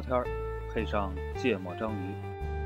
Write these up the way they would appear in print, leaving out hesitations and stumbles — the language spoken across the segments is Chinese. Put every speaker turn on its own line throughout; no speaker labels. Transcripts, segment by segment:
天，配上芥末章鱼。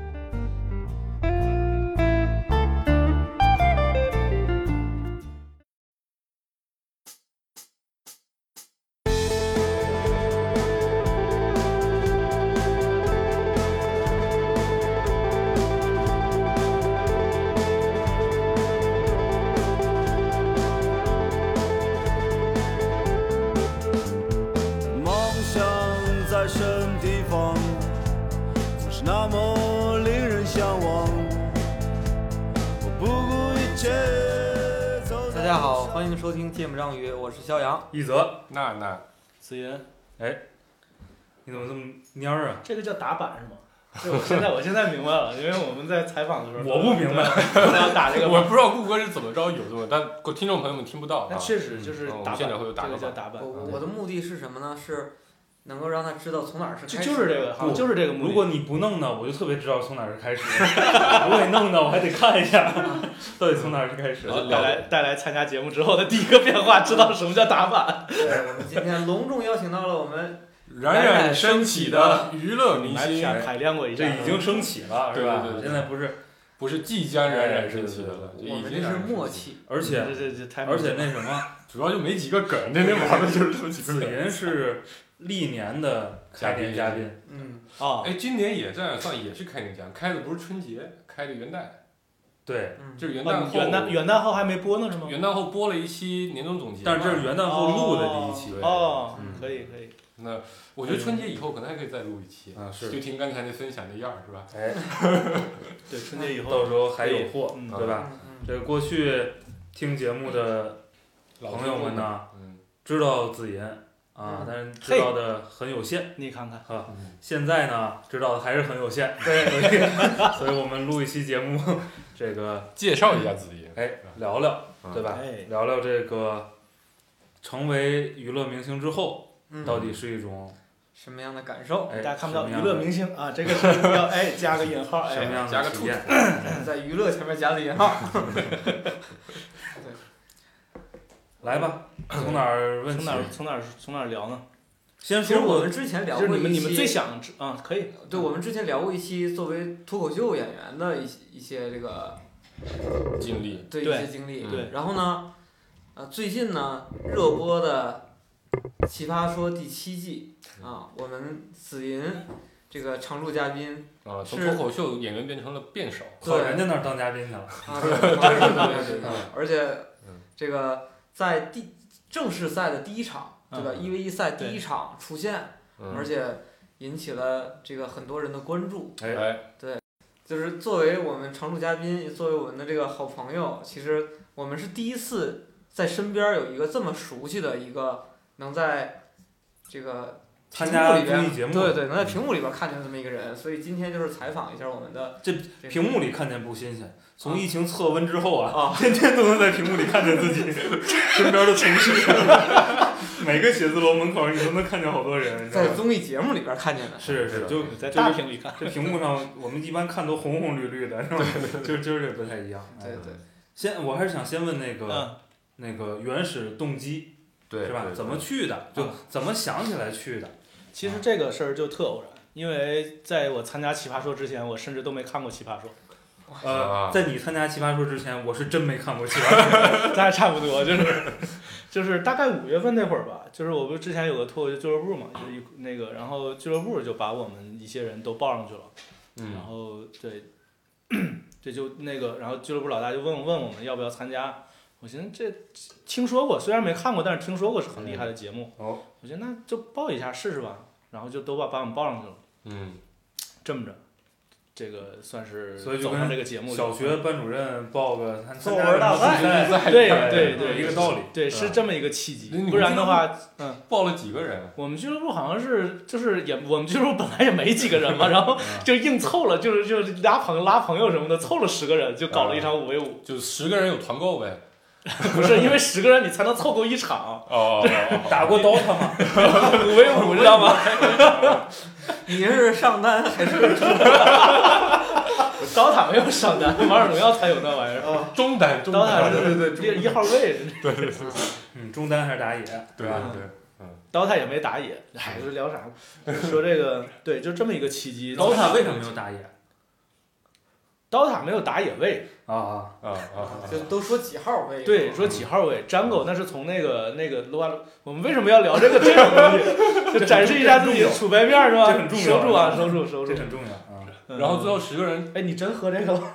那么令人向往，我不顾一切。
大家好，欢迎收听芥末章鱼，我是肖阳、
一泽、
娜、
思云。哎，你怎么这么蔫儿啊？
这个叫打板是吗？我现在明白了，因为我们在采访的时候，
我不明白，
要打这个。
我不知道顾哥是怎么着有这么，但听众朋友们听不到啊。
那确实就是打板，
现在会有打
这个叫打板。
我的目的是什么呢？是能够让他知道从哪儿是开始。
就是这个，好像就是这个目的。
如果你不弄呢，我就特别知道从哪儿是开始；如果你弄呢，我还得看一下到底从哪儿是开始。
带来参加节目之后的第一个变化，知道什么叫打板。
对，我们今天隆重邀请到了我们
冉冉升起的娱乐明星，
海量过一下，
这已经升起了，是吧？
对，
现在不是
即将冉冉升起的了，
我们这是默契。
而且那什么，
主要就没几个梗，那天玩的就是这几个梗。
子银是历年的开年嘉宾，
哎，今年也这样算也是开年嘉宾，开的不是春节，开的元旦。对，就是元旦后。
元旦后还没播呢是吗？
元旦后播了一期年终总结，
但是这是元旦后录的第一期。
可以。
那我觉得春节以后可能还可以再录一期
啊，是。
就听刚才那分享那样是吧？
哎，
对，春节以后
到时候还有货，对吧？这个过去听节目的朋友们呢，知道子银啊，但是知道的很有限。
你看看
啊，现在呢知道的还是很有限。
对，
所以我们录一期节目，这个
介绍一下子银，
聊聊，对吧？聊聊这个成为娱乐明星之后。到底是一种
什么样的感受？
大家看不到娱乐明星啊，这个是要加个引号，
什么样
加个
体验？
在娱乐前面加个引号。
来吧，从哪儿问起？
从哪儿聊呢？
先说我们之前聊过一期，
你们最想可以。
对，我们之前聊过一期作为脱口秀演员的一些这个
经历，
对一些经历。
对，
然后呢，最近呢热播的。奇葩说第7季啊，我们子银这个常驻嘉宾
啊，从脱口秀演员变成了辩手，
跑人家那儿当嘉宾去了
啊，对，而且这个在正式赛的第一场，对吧？1v1赛第一场出现，而且引起了这个很多人的关注。对，就是作为我们常驻嘉宾，作为我们的这个好朋友，其实我们是第一次在身边有一个这么熟悉的一个。能在这个
参加
屏幕里边，
综艺节目，
对，能在屏幕里边看见这么一个人，所以今天就是采访一下我们的。
这屏幕里看见不新鲜，从疫情测温之后天天都能在屏幕里看见自己身边的同事，每个写字楼门口你都能看见好多人。
在综艺节目里边看见的。
是，就
在大屏里看，
这屏幕上我们一般看都红红绿绿的，是吧？今儿这不太一样。
对。
我还是想先问那个原始动机。
对，
是吧？怎么去的？就怎么想起来去的？
其实这个事儿就特偶然，因为在我参加奇葩说之前，我甚至都没看过奇葩说。
在你参加奇葩说之前，我是真没看过奇葩说。
咱俩差不多，就是大概5月份那会儿吧，就是我不是之前有个脱口秀俱乐部嘛，就是那个，然后俱乐部就把我们一些人都报上去了，然后这就那个，然后俱乐部老大就问我们要不要参加。我寻思这听说过，虽然没看过，但是听说过是很厉害的节目。我觉得那就报一下试试吧，然后就都把我们报上去了。这么着，这个算是走上这个节目。
小学班主任报个
作文大赛，对，
一个道理。
对，是这么一个契机。不然的话，
报了几个人？
我们俱乐部好像是我们俱乐部本来也没几个人嘛，然后就硬凑了，就是拉朋友什么的，凑了10个人，就搞了一场5v5。
就10个人有团购呗。
不是，因为10个人你才能凑够一场。
打过 DOTA 吗
？5v5知道吗？
你是上单还是
？DOTA 没有上单，王者荣耀才有那玩意儿。
中单。
DOTA 对，1号位。
对。
中单还是打野，
对吧？
，DOTA 也没打野，还是聊啥？说这个对，就这么一个契机。
DOTA 为什么没有打野
？DOTA 没有打野位
就都说几号位？
对，说几号位。Jungle 那是从那个我们为什么要聊这种东西？就展示一下自己的储备面是吧？
这很重要，
收住啊，收住，
这很重要啊。
然后最后10个人，
哎，你真喝这个了？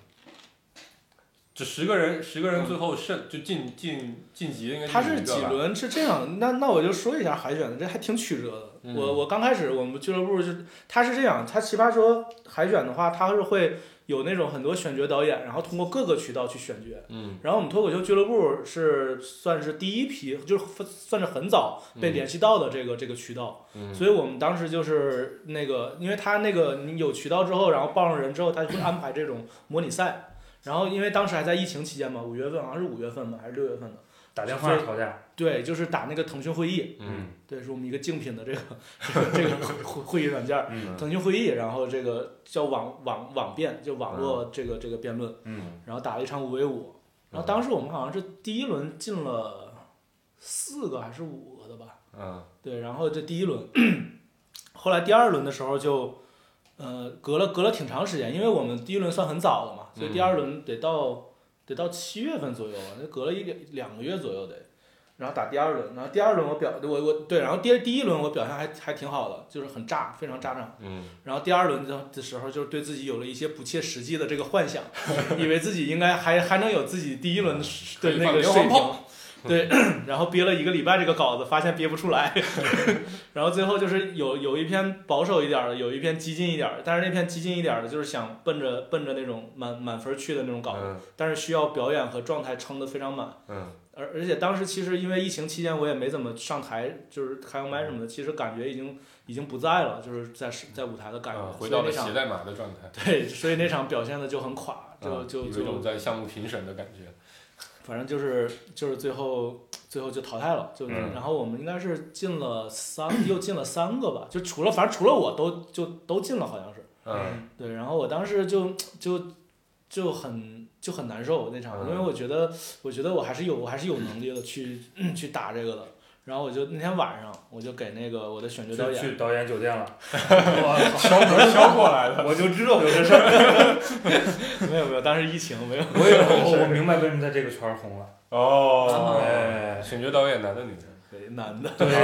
这10个人最后就晋级应该。
他是几轮是这样？那我就说一下海选的，这还挺曲折的。我刚开始我们俱乐部他是这样，他奇葩说海选的话，他是会有那种很多选角导演，然后通过各个渠道去选角。然后我们脱口秀俱乐部是算是第一批，就是算是很早被联系到的这个渠道。所以我们当时就是因为他你有渠道之后，然后报上人之后，他就会安排这种模拟赛。然后因为当时还在疫情期间嘛，5月份好像是5月份吧，还是6月份的，
打电话吵架。
对，就是打那个腾讯会议。对，是我们一个竞品的这个会议软件。腾讯会议，然后这个叫网辩，就网络这个辩论。然后打了一场5v5，然后当时我们好像是第一轮进了4个还是5个的吧。对，然后这第一轮，后来第2轮的时候就。隔了挺长时间，因为我们第一轮算很早的嘛，所以第2轮得到7月份左右，那隔了2个月左右得，然后打第2轮，然后第2轮对，然后第一轮我表现还挺好的，就是很炸，非常炸场。然后第2轮的时候，就是对自己有了一些不切实际的这个幻想，以为自己应该还能有自己第1轮的那个水平。对，然后憋了1个礼拜这个稿子，发现憋不出来，然后最后就是有一篇保守一点的，有一篇激进一点的，但是那篇激进一点的就是想奔着那种满分去的那种稿子，但是需要表演和状态撑得非常满。而且当时其实因为疫情期间我也没怎么上台，就是开个麦什么的，其实感觉已经不在了，就是在舞台的感觉，
回到了写代码的状态。
对，所以那场表现的就很垮，就
有一种在项目评审的感觉。
反正就是最后就淘汰了，然后我们应该是又进了3个吧，就除了我都进了，好像是。对，然后我当时就很难受那场，因为我觉得我还是有能力的去打这个的。然后我就那天晚上我就给那个我的选角导演
去导演酒店了，
敲门敲过来的，
我就知道有这事儿。
没有，当时疫情没有。
我明白为什么在这个圈红了。
选角导演男的女的？
对，男的。
对，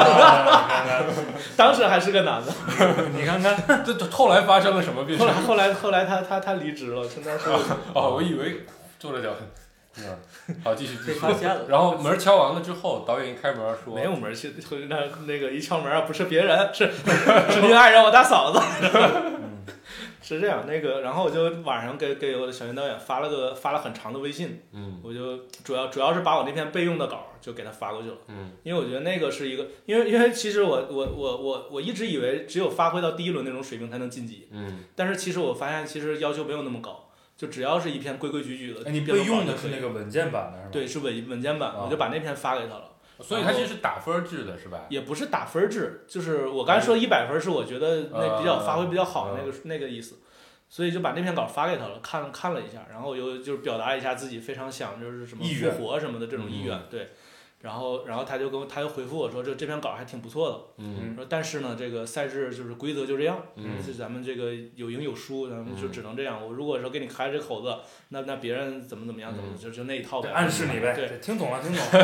当时还是个男的。
你看看，
这后来发生了什么变化？
后来他离职了，现在是。
我以为做了点。好，继续。
被发现了。
然后门敲完了之后，导演一开门说：“
没有门，那个一敲门啊，不是别人，是您爱人，我大嫂子。”是这样，然后我就晚上给我的小学导演发了很长的微信。我就主要是把我那篇备用的稿就给他发过去了。因为我觉得那个是一个，因为其实我一直以为只有发挥到第1轮那种水平才能晋级。但是其实我发现其实要求没有那么高。就只要是一篇规规矩矩的。
你备用的是那个文件版的是吧？
对，是文件版，我就把那篇发给他了。
所以它其实是打分制的是吧？
也不是打分制，就是我刚才说100分是我觉得那比较发挥比较好那个意思，所以就把那篇稿发给他了，看了一下，然后就是表达一下自己非常想就是什么复活什么的这种意愿，对。然后他就回复我说这篇稿还挺不错的，说但是呢这个赛制就是规则就这样，咱们这个有赢有输，咱们就只能这样。我如果说给你开这口子，那别人怎么样就那一套呗，
暗示你呗。
对，
听懂了。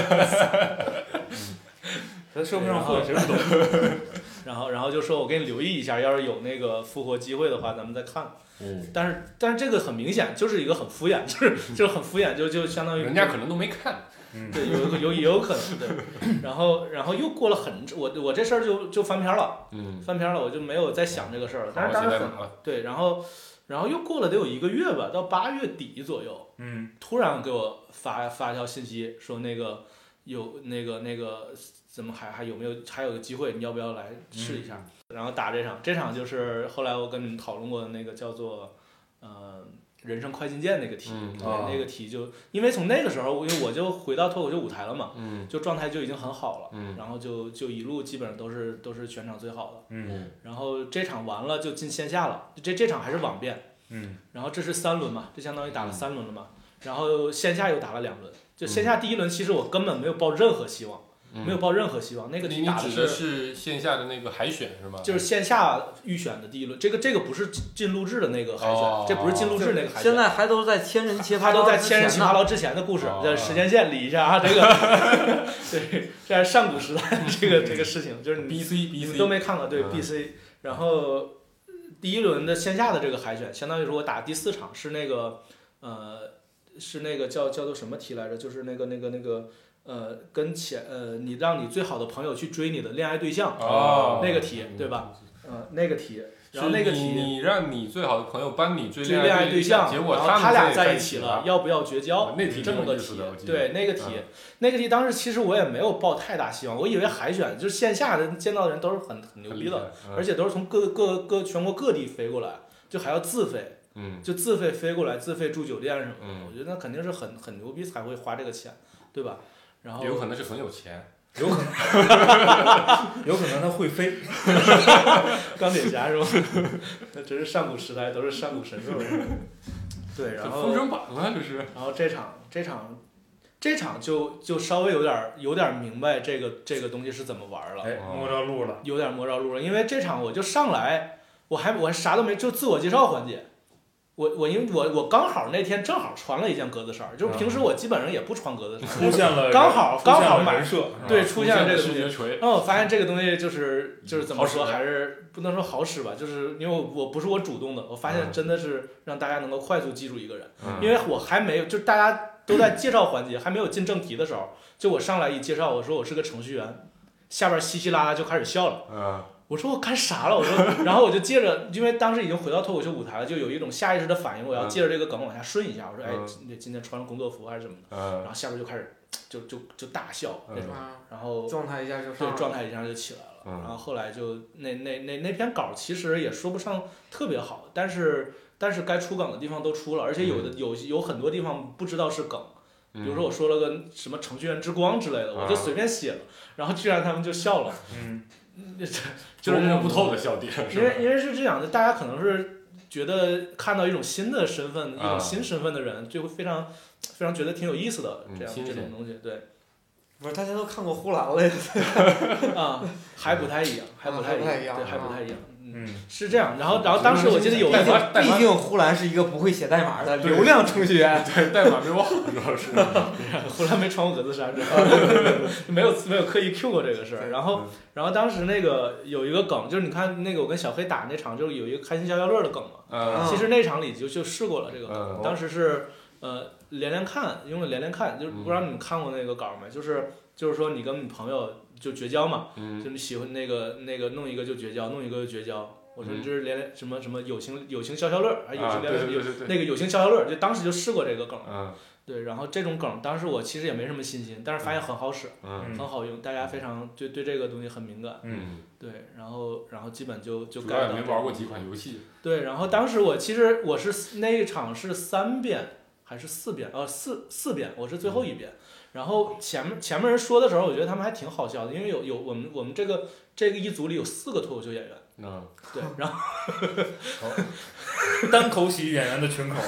在社会上混谁不懂？
然后就说我给你留意一下，要是有那个复活机会的话，咱们再看。但是这个很明显就是一个很敷衍，就是很敷衍，就相当于
人家可能都没看。
对，也有可能对，然后又过了我这事儿就翻篇了，翻篇了，我就没有再想这个事儿了。但是当时对，然后又过了得有1个月吧，到8月底左右，突然给我发一条信息说那个有那个怎么还有没有个机会，你要不要来试一下？然后打这场就是后来我跟你们讨论过的那个叫做人生快进键那个题，那个题就因为从那个时候，因为我就回到脱口秀舞台了嘛，就状态就已经很好了，然后就一路基本上都是全场最好的，然后这场完了就进线下了，这场还是网辩，然后这是3轮嘛，这相当于打了3轮了嘛，然后线下又打了2轮，就线下第1轮其实我根本没有抱任何希望， 没有抱任何希望。那个题打
的是线下的那个海选是吗？
就是线下预选的第一轮，这个不是进录制的那个海选，这不是进录制那个海选。
现在还都在千人齐
他都在千人齐发牢之前的故事，时间线理一下啊，这个对，这是上古时代这个事情，就是你都没看过，对 BC， 然后第一轮的线下的这个海选，相当于是我打第4场是那个是那个叫做什么题来着？就是那个跟你让你最好的朋友去追你的恋爱对象，那个题对吧？那个题，然后那个题
你让你最好的朋友帮你追
恋爱对象，
结果
他俩在
一
起了，要不要绝交？
那题
这么个题，对那个题，当时其实我也没有抱太大希望，我以为海选就是线下的见到的人都是很牛逼的，而且都是从各全国各地飞过来，就还要自费。就自费飞过来，自费住酒店什么的，我觉得那肯定是很牛逼才会花这个钱，对吧？然后
有可能是很有钱，
有可能他会飞，
钢铁侠是吧？那真是上古时代，都是上古神兽。对，然后
封神榜啊，这是。
然后这场就稍微有点明白这个东西是怎么玩了，
摸着路了，
有点摸着路了，因为这场我就上来，我还啥都没，就自我介绍环节。因为我刚好那天正好穿了一件格子衫，就是平时我基本上也不穿格子衫，
出现了
刚好买
设，
对，出现了这个东
西。
然后我发现这个东西就是怎么说，还是不能说好使吧，就是因为我不是我主动的，我发现真的是让大家能够快速记住一个人，因为我还没有，就大家都在介绍环节，还没有进正题的时候，就我上来一介绍，我说我是个程序员，下边稀稀拉拉就开始笑了。我说我干啥了？我说，然后我就接着，因为当时已经回到脱口秀舞台了，就有一种下意识的反应，我要借着这个梗往下顺一下。我说，哎，今天穿了工作服还是什么的？然后下边就开始就大笑那种，然后
状态一下就
对，状态一下就起来了。然后后来就那篇稿其实也说不上特别好，但是该出梗的地方都出了，而且有很多地方不知道是梗。比如说我说了个什么程序员之光之类的，我就随便写了，然后居然他们就笑了。
就是摸不透的笑点，
因为是这样的，大家可能是觉得看到一种新的身份，一种新身份的人，就会非常非常觉得挺有意思的，这种东西，对。
不是大家都看过呼兰了呀？
还不太一样，还不太一样，对，还不太一样。是这样。然后当时我记得有一
句，毕竟呼兰是一个不会写代码的流量程序员，
对，代码比我好，主要是。
呼兰没穿过格子衫，没有刻意 Q 过这个事儿。然后当时那个有一个梗，就是你看那个我跟小黑打那场，就是有一个开心消消乐的梗嘛。其实那场里就试过了这个梗，当时是连看，用了连看，就是不知道你们看过那个稿没？就是说你跟你朋友就绝交嘛，就你喜欢那个弄一个就绝交，弄一个就绝交。我说这是连什么友情消消乐，那个友情消消乐，就当时就试过这个梗。对，然后这种梗当时我其实也没什么信心，但是发现很好使，很好用，大家非常对这个东西很敏感。对，然后基本就
主要也没玩过几款游戏。
对，然后当时我是那一场是3遍还是4遍？四遍，我是最后1遍。然后前面人说的时候，我觉得他们还挺好笑的，因为有我们这个一组里有4个脱口秀演员。对，然后
单口喜剧演员的群口。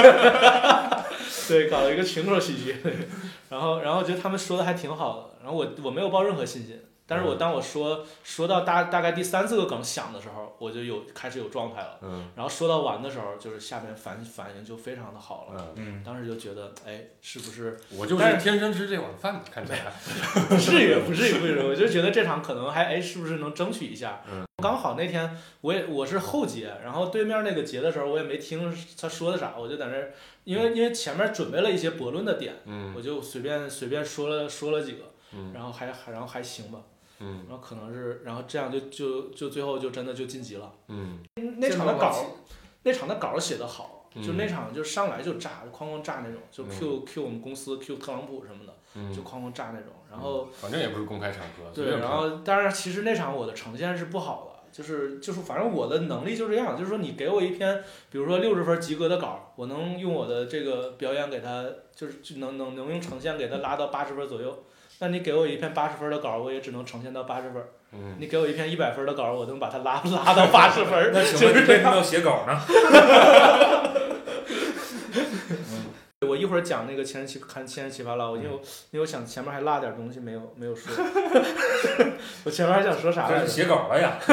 对，搞了一个群口喜剧。然后觉得他们说的还挺好的，然后我没有抱任何信心。但是当我说到大概第3、4个梗响的时候，我就开始有状态了。然后说到完的时候，就是下面反应就非常的好了。当时就觉得，哎，是不是？
我就是天生吃这碗饭的，看起来。
不至于，我就觉得这场可能还是不是能争取一下。刚好那天我是后接，然后对面那个接的时候，我也没听他说的啥，我就在那儿，因为前面准备了一些驳论的点，我就随便说了几个，然后还行吧。然后可能是，然后这样就最后就真的就晋级了。那场的稿写得好，就那场就上来就炸，哐炸那种，就 Q 我们公司 Q 特朗普什么的，就哐炸那种。然后
反正也不是公开场合。
对，然后当然其实那场我的呈现是不好的，就是反正我的能力就这样，就是说你给我一篇比如说60分及格的稿，我能用我的这个表演给他，就是能用呈现给他拉到80分左右。那你给我一篇80分的稿，我也只能呈现到80分。你给我一篇100分的稿，我能把它拉到80分。
那请问你为什么要写稿呢？
我一会儿讲那个千人奇葩了，因为我想前面还落点东西没有说，我前面还想说啥来着？
写稿了呀？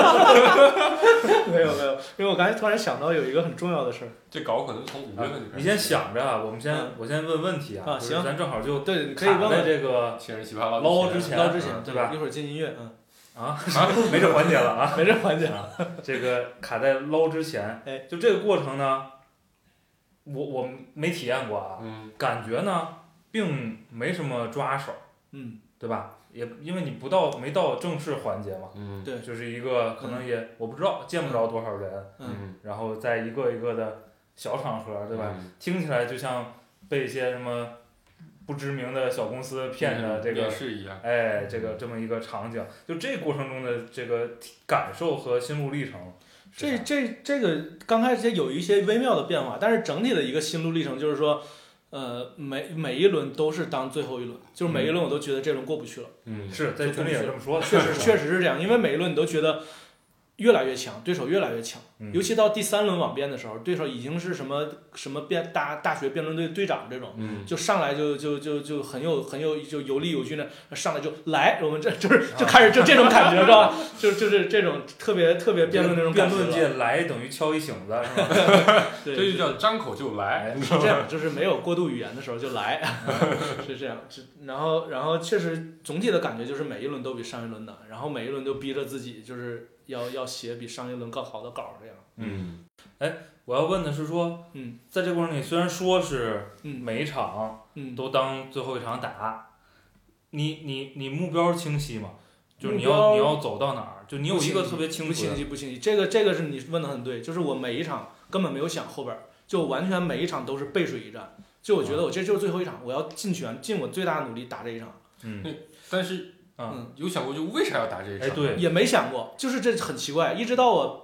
没有，因为我刚才突然想到有一个很重要的事儿。
这稿可能从5月份就开始。
你先想着啊，我先问问题啊。
行，
咱正好就
对，你可以问
在这个
千人奇葩了
捞之前，
对吧？一会儿进音乐，
没这环节了啊，
没这环节
啊。这个卡在捞之前，就这个过程呢。我没体验过啊，感觉呢并没什么抓手，对吧？也因为你没到正式环节嘛，
对，
就是一个可能也我不知道见不着多少人，然后在一个一个的小场合，对吧？听起来就像被一些什么不知名的小公司骗的这个，这么一个场景，就这过程中的这个感受和心路历程。
这个刚开始有一些微妙的变化，但是整体的一个心路历程就是说，每一轮都是当最后一轮，就是每一轮我都觉得这轮过不去了。
是在群里也这么说的，
确实是这样，因为每一轮你都觉得越来越强，对手越来越强，尤其到第3轮网辩的时候，对手已经是什么大学辩论队队长这种，就上来就很有就有理有据呢，上来就来，我们就开始就这种感觉是吧？就是这种特别辩论那种感觉。
辩论界来等于敲一醒子是吧？
这就叫张口就来，
是这样，就是没有过度语言的时候就来，是这样。然后确实总体的感觉就是每一轮都比上一轮难，然后每一轮都逼着自己就是要写比上一轮更好的稿这样。
我要问的是说，在这过程里虽然说是每一场都当最后一场打，你目标清晰吗？就是你要走到哪儿？就你有一个特别清楚的。
不清晰。这个是你问的很对，就是我每一场根本没有想后边，就完全每一场都是背水一战。就我觉得我这就是最后一场，我要尽我最大的努力打这一场。
但是有想过就为啥要打这一场？
对，
也没想过，就是这很奇怪，一直到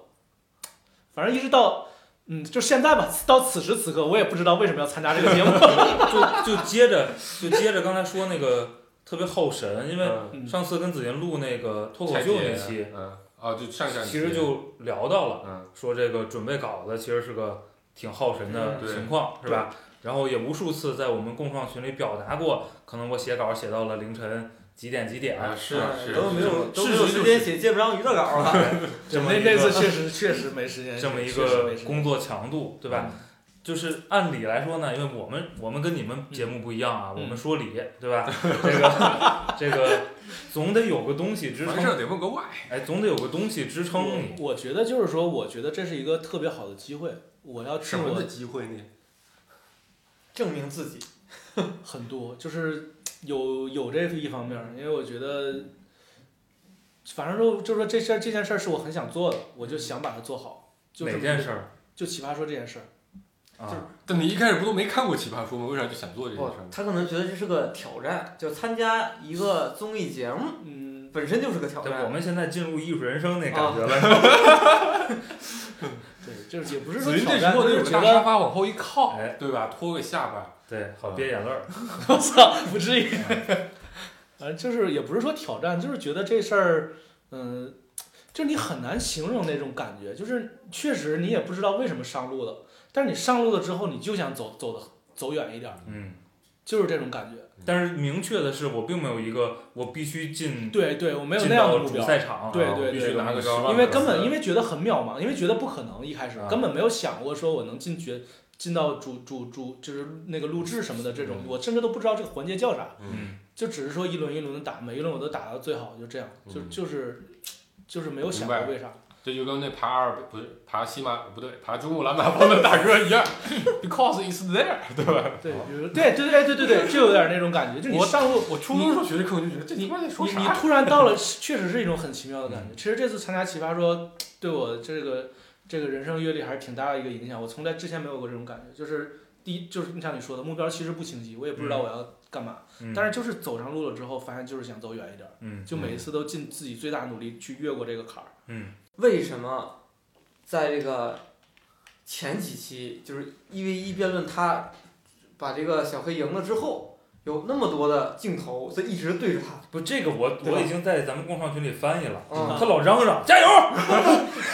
就现在吧，到此时此刻，我也不知道为什么要参加这个节目。
就接着刚才说那个特别耗神，因为上次跟子妍录那个脱口秀那期，
就上下
其实就聊到了，说这个准备稿子其实是个挺耗神的情况，是吧？然后也无数次在我们共创群里表达过，可能我写稿写到了凌晨几点，
是都没有时间写芥末章鱼的稿啊。
那次确实没时间。
这么一个工作强度，对吧？就是按理来说呢，因为我们跟你们节目不一样啊，我们说理，对吧？这个总得有个东西支撑。
完事得问个why。
总得有个东西支撑你。
我觉得就是说，我觉得这是一个特别好的机会，我要
什么的机会呢？
证明自己。
很多就是有这一方面，因为我觉得，反正就是说这件事儿是我很想做的，我就想把它做好。
哪件事儿？
就奇葩说这件事儿。
但你一开始不都没看过奇葩说吗？为啥就想做这件事儿？
他可能觉得这是个挑战，就参加一个综艺节目，本身就是个挑战。
我们现在进入艺术人生那感觉了。
对，就是也不是说挑战，
那时候
就是
觉得沙发往后一靠，对吧？托个下巴，
对，好憋眼泪儿。
我操，不至于。就是也不是说挑战，就是觉得这事儿，就是你很难形容那种感觉，就是确实你也不知道为什么上路了，但是你上路了之后，你就想走远一点，就是这种感觉。
但是明确的是，我并没有一个我必须进，
对，我没有那样的目标。
主赛场，
对，
必须拿个10万。
因为觉得很渺茫，因为觉得不可能，一开始根本没有想过说我能进到主就是那个录制什么的这种，我甚至都不知道这个环节叫啥，就只是说一轮一轮的打，每一轮我都打到最好，就这样，就是没有想过为啥。
这就跟那爬喜马不对，爬珠穆朗玛峰的大哥一样，because it's there， 对吧？
对，比如对，就有点那种感觉。就你上路，
我初中时候学这课，我就觉得这你妈在说啥？
你突然到了，确实是一种很奇妙的感觉。其实这次参加奇葩说，对我这个人生阅历还是挺大的一个影响。我从来之前没有过这种感觉，就是就是像你说的，目标其实不清晰，我也不知道我要干嘛，但是就是走上路了之后，发现就是想走远一点，就每一次都尽自己最大努力去越过这个坎儿。
为什么在这个前几期就是1v1辩论，他把这个小黑赢了之后，有那么多的镜头在一直对着他？
不，这个我已经在咱们共创群里翻译了，他老嚷嚷加油，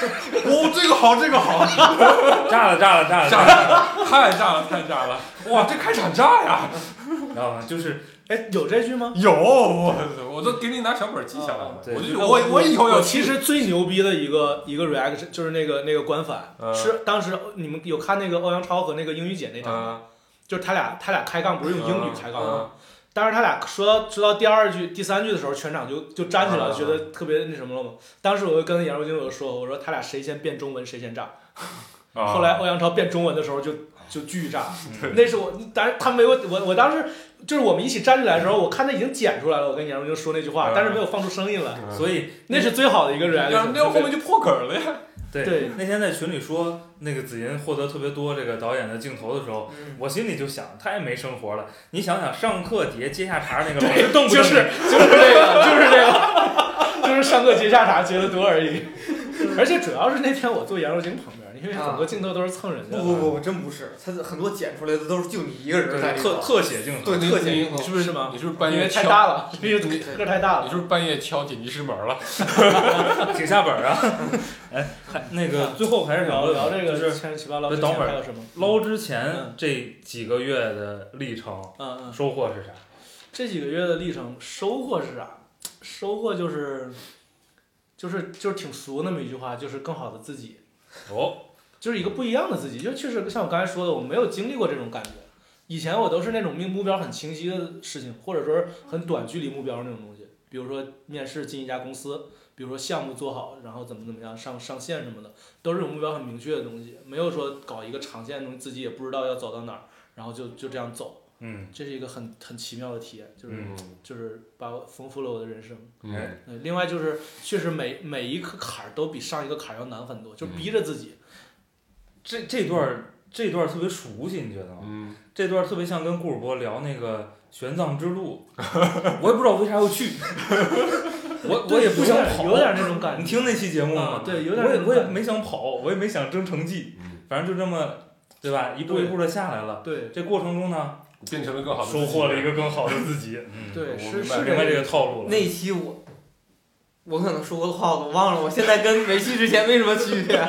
哦，这个好，这个好，
炸了，
太炸了！哇，这开场炸呀！
知道吗？就是，
哎，有这句吗？
有，我都给你拿小本记下来了。我以后要。
其实最牛逼的一个 reaction 就是那个官反，是当时你们有看那个欧阳超和那个英语姐那场吗？就是他俩开杠不是用英语开杠吗？但是他俩说到第2句、第3句的时候，全场就站起来了，觉得特别那什么了嘛。当时我就跟颜如晶我说，我说他俩谁先变中文谁先炸。后来欧阳超变中文的时候就巨炸，那是我，当然他没有我当时就是我们一起站起来的时候，我看他已经剪出来了，我跟颜如晶说那句话，但是没有放出声音来，所以那是最好的一个reaction。
那后面就破梗了呀。
对，那天在群里说那个子银获得特别多这个导演的镜头的时候，我心里就想太没生活了。你想想上课底下接下茬那个老师动不动就是这个，就是上课接下茬接的多而已。
而且主要是那天我坐颜如晶旁边，因为很多镜头都是蹭人家。
不，真不是，他很多剪出来的都是就你一个人在
特写镜头。
对，特写镜头。
你是不是半夜
因为太大了，因为个太大了。
你是不是半夜敲剪辑师门了？
请下本啊！哎，那个最后还是想
聊这个
就是
千奇八捞。
等会儿
还有什么？
捞之前这几个月的历程，收获是啥？
这几个月的历程收获是啥？收获就是挺俗那么一句话，就是更好的自己。就是一个不一样的自己，就确实像我刚才说的，我没有经历过这种感觉。以前我都是那种目标很清晰的事情，或者说很短距离目标那种东西，比如说面试进一家公司，比如说项目做好，然后怎么样上线什么的，都是这种目标很明确的东西，没有说搞一个长线的东西，自己也不知道要走到哪儿，然后就这样走。这是一个很奇妙的体验，就是丰富了我的人生。另外就是确实每一个坎儿都比上一个坎儿要难很多，就逼着自己。
这段特别熟悉，你觉得吗？这段特别像跟顾尔博聊那个玄奘之路，我也不知道为啥要去，我也不想跑，
有点那种感觉。
你听那期节目吗？
对，有点。
我也没想跑，我也没想争成绩，反正就这么，对吧？一步一步的下来了。
对。
这过程中呢，
变成了更好的
收获了一个更好的自己。
对，是
明白这个套路了。
那一期我可能说过的话我都忘了，我现在跟没去之前没什么区别。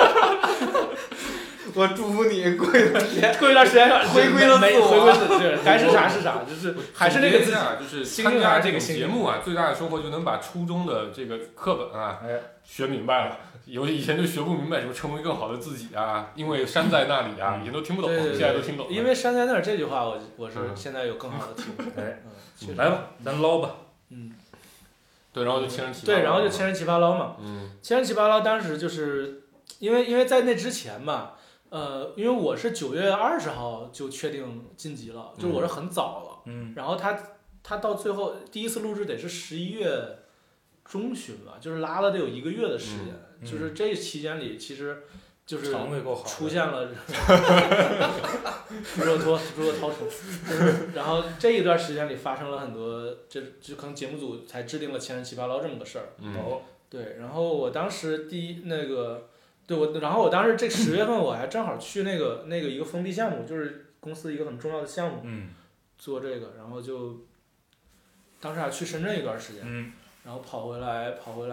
我祝福你过一段时间回归了自我，
对，该是啥是啥，就是还是那个自己。
就是参加这个节目啊，最大的收获就能把初中的这个课本啊学明白了。以前就学不明白，就成为更好的自己啊。因为山在那里啊，也都听不懂，现在都听懂了。
因为山在那儿这句话，我是现在有更好的体
会。来吧，咱捞吧。
对，然后就千人
奇葩捞嘛。千人奇葩捞当时就是因为在那之前吧。因为我是9月20号就确定晋级了，就是我是很早了。然后他到最后第一次录制得是11月中旬吧，就是拉了得有1个月的时间。就是这期间里其实就是出现了猪肉绦虫，然后这一段时间里发生了很多，就可能节目组才制定了千人奇葩捞这么个事儿。对，然后我当时然后我当时这10月份我还正好去那个一个封闭项目，就是公司一个很重要的项目，做这个，然后就当时还去深圳一段时间，然后跑回来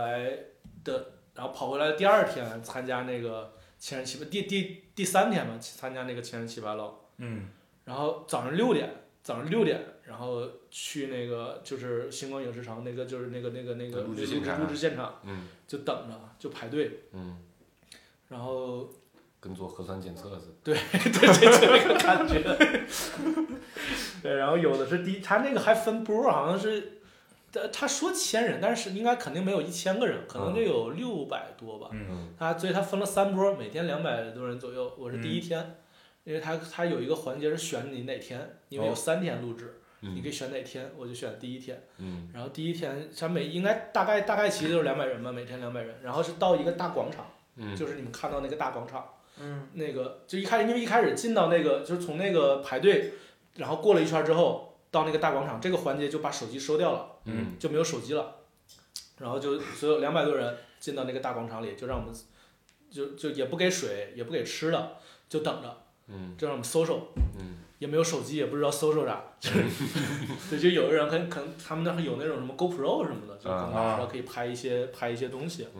第2天参加那个千人奇葩第3天嘛，参加那个千人奇葩捞，然后早上6点，然后去那个就是星光影视城那个就是那个录制现场，就等着就排队。然后
跟做核酸检测似的。
对，就那个感觉。对，然后有的是他那个还分波，好像是，他说1000人，但是应该肯定没有1000个人，可能就有600多吧。所以他分了3波，每天200多人左右。我是第1天，因为他有一个环节是选你哪天，因为有3天录制。你可以选哪天，我就选第1天。然后第1天，他应该大概其实就是200人吧，每天200人，然后是到一个大广场。就是你们看到那个大广场，那个就因为一开始进到那个就是从那个排队，然后过了一圈之后到那个大广场，这个环节就把手机收掉了，就没有手机了，然后就所有200多人进到那个大广场里，就让我们就也不给水也不给吃的，就等着，就让我们搜搜，也没有手机也不知道搜搜啥，对，就有的人可能他们那有那种什么 GoPro 什么的，就可能可以拍一些东西。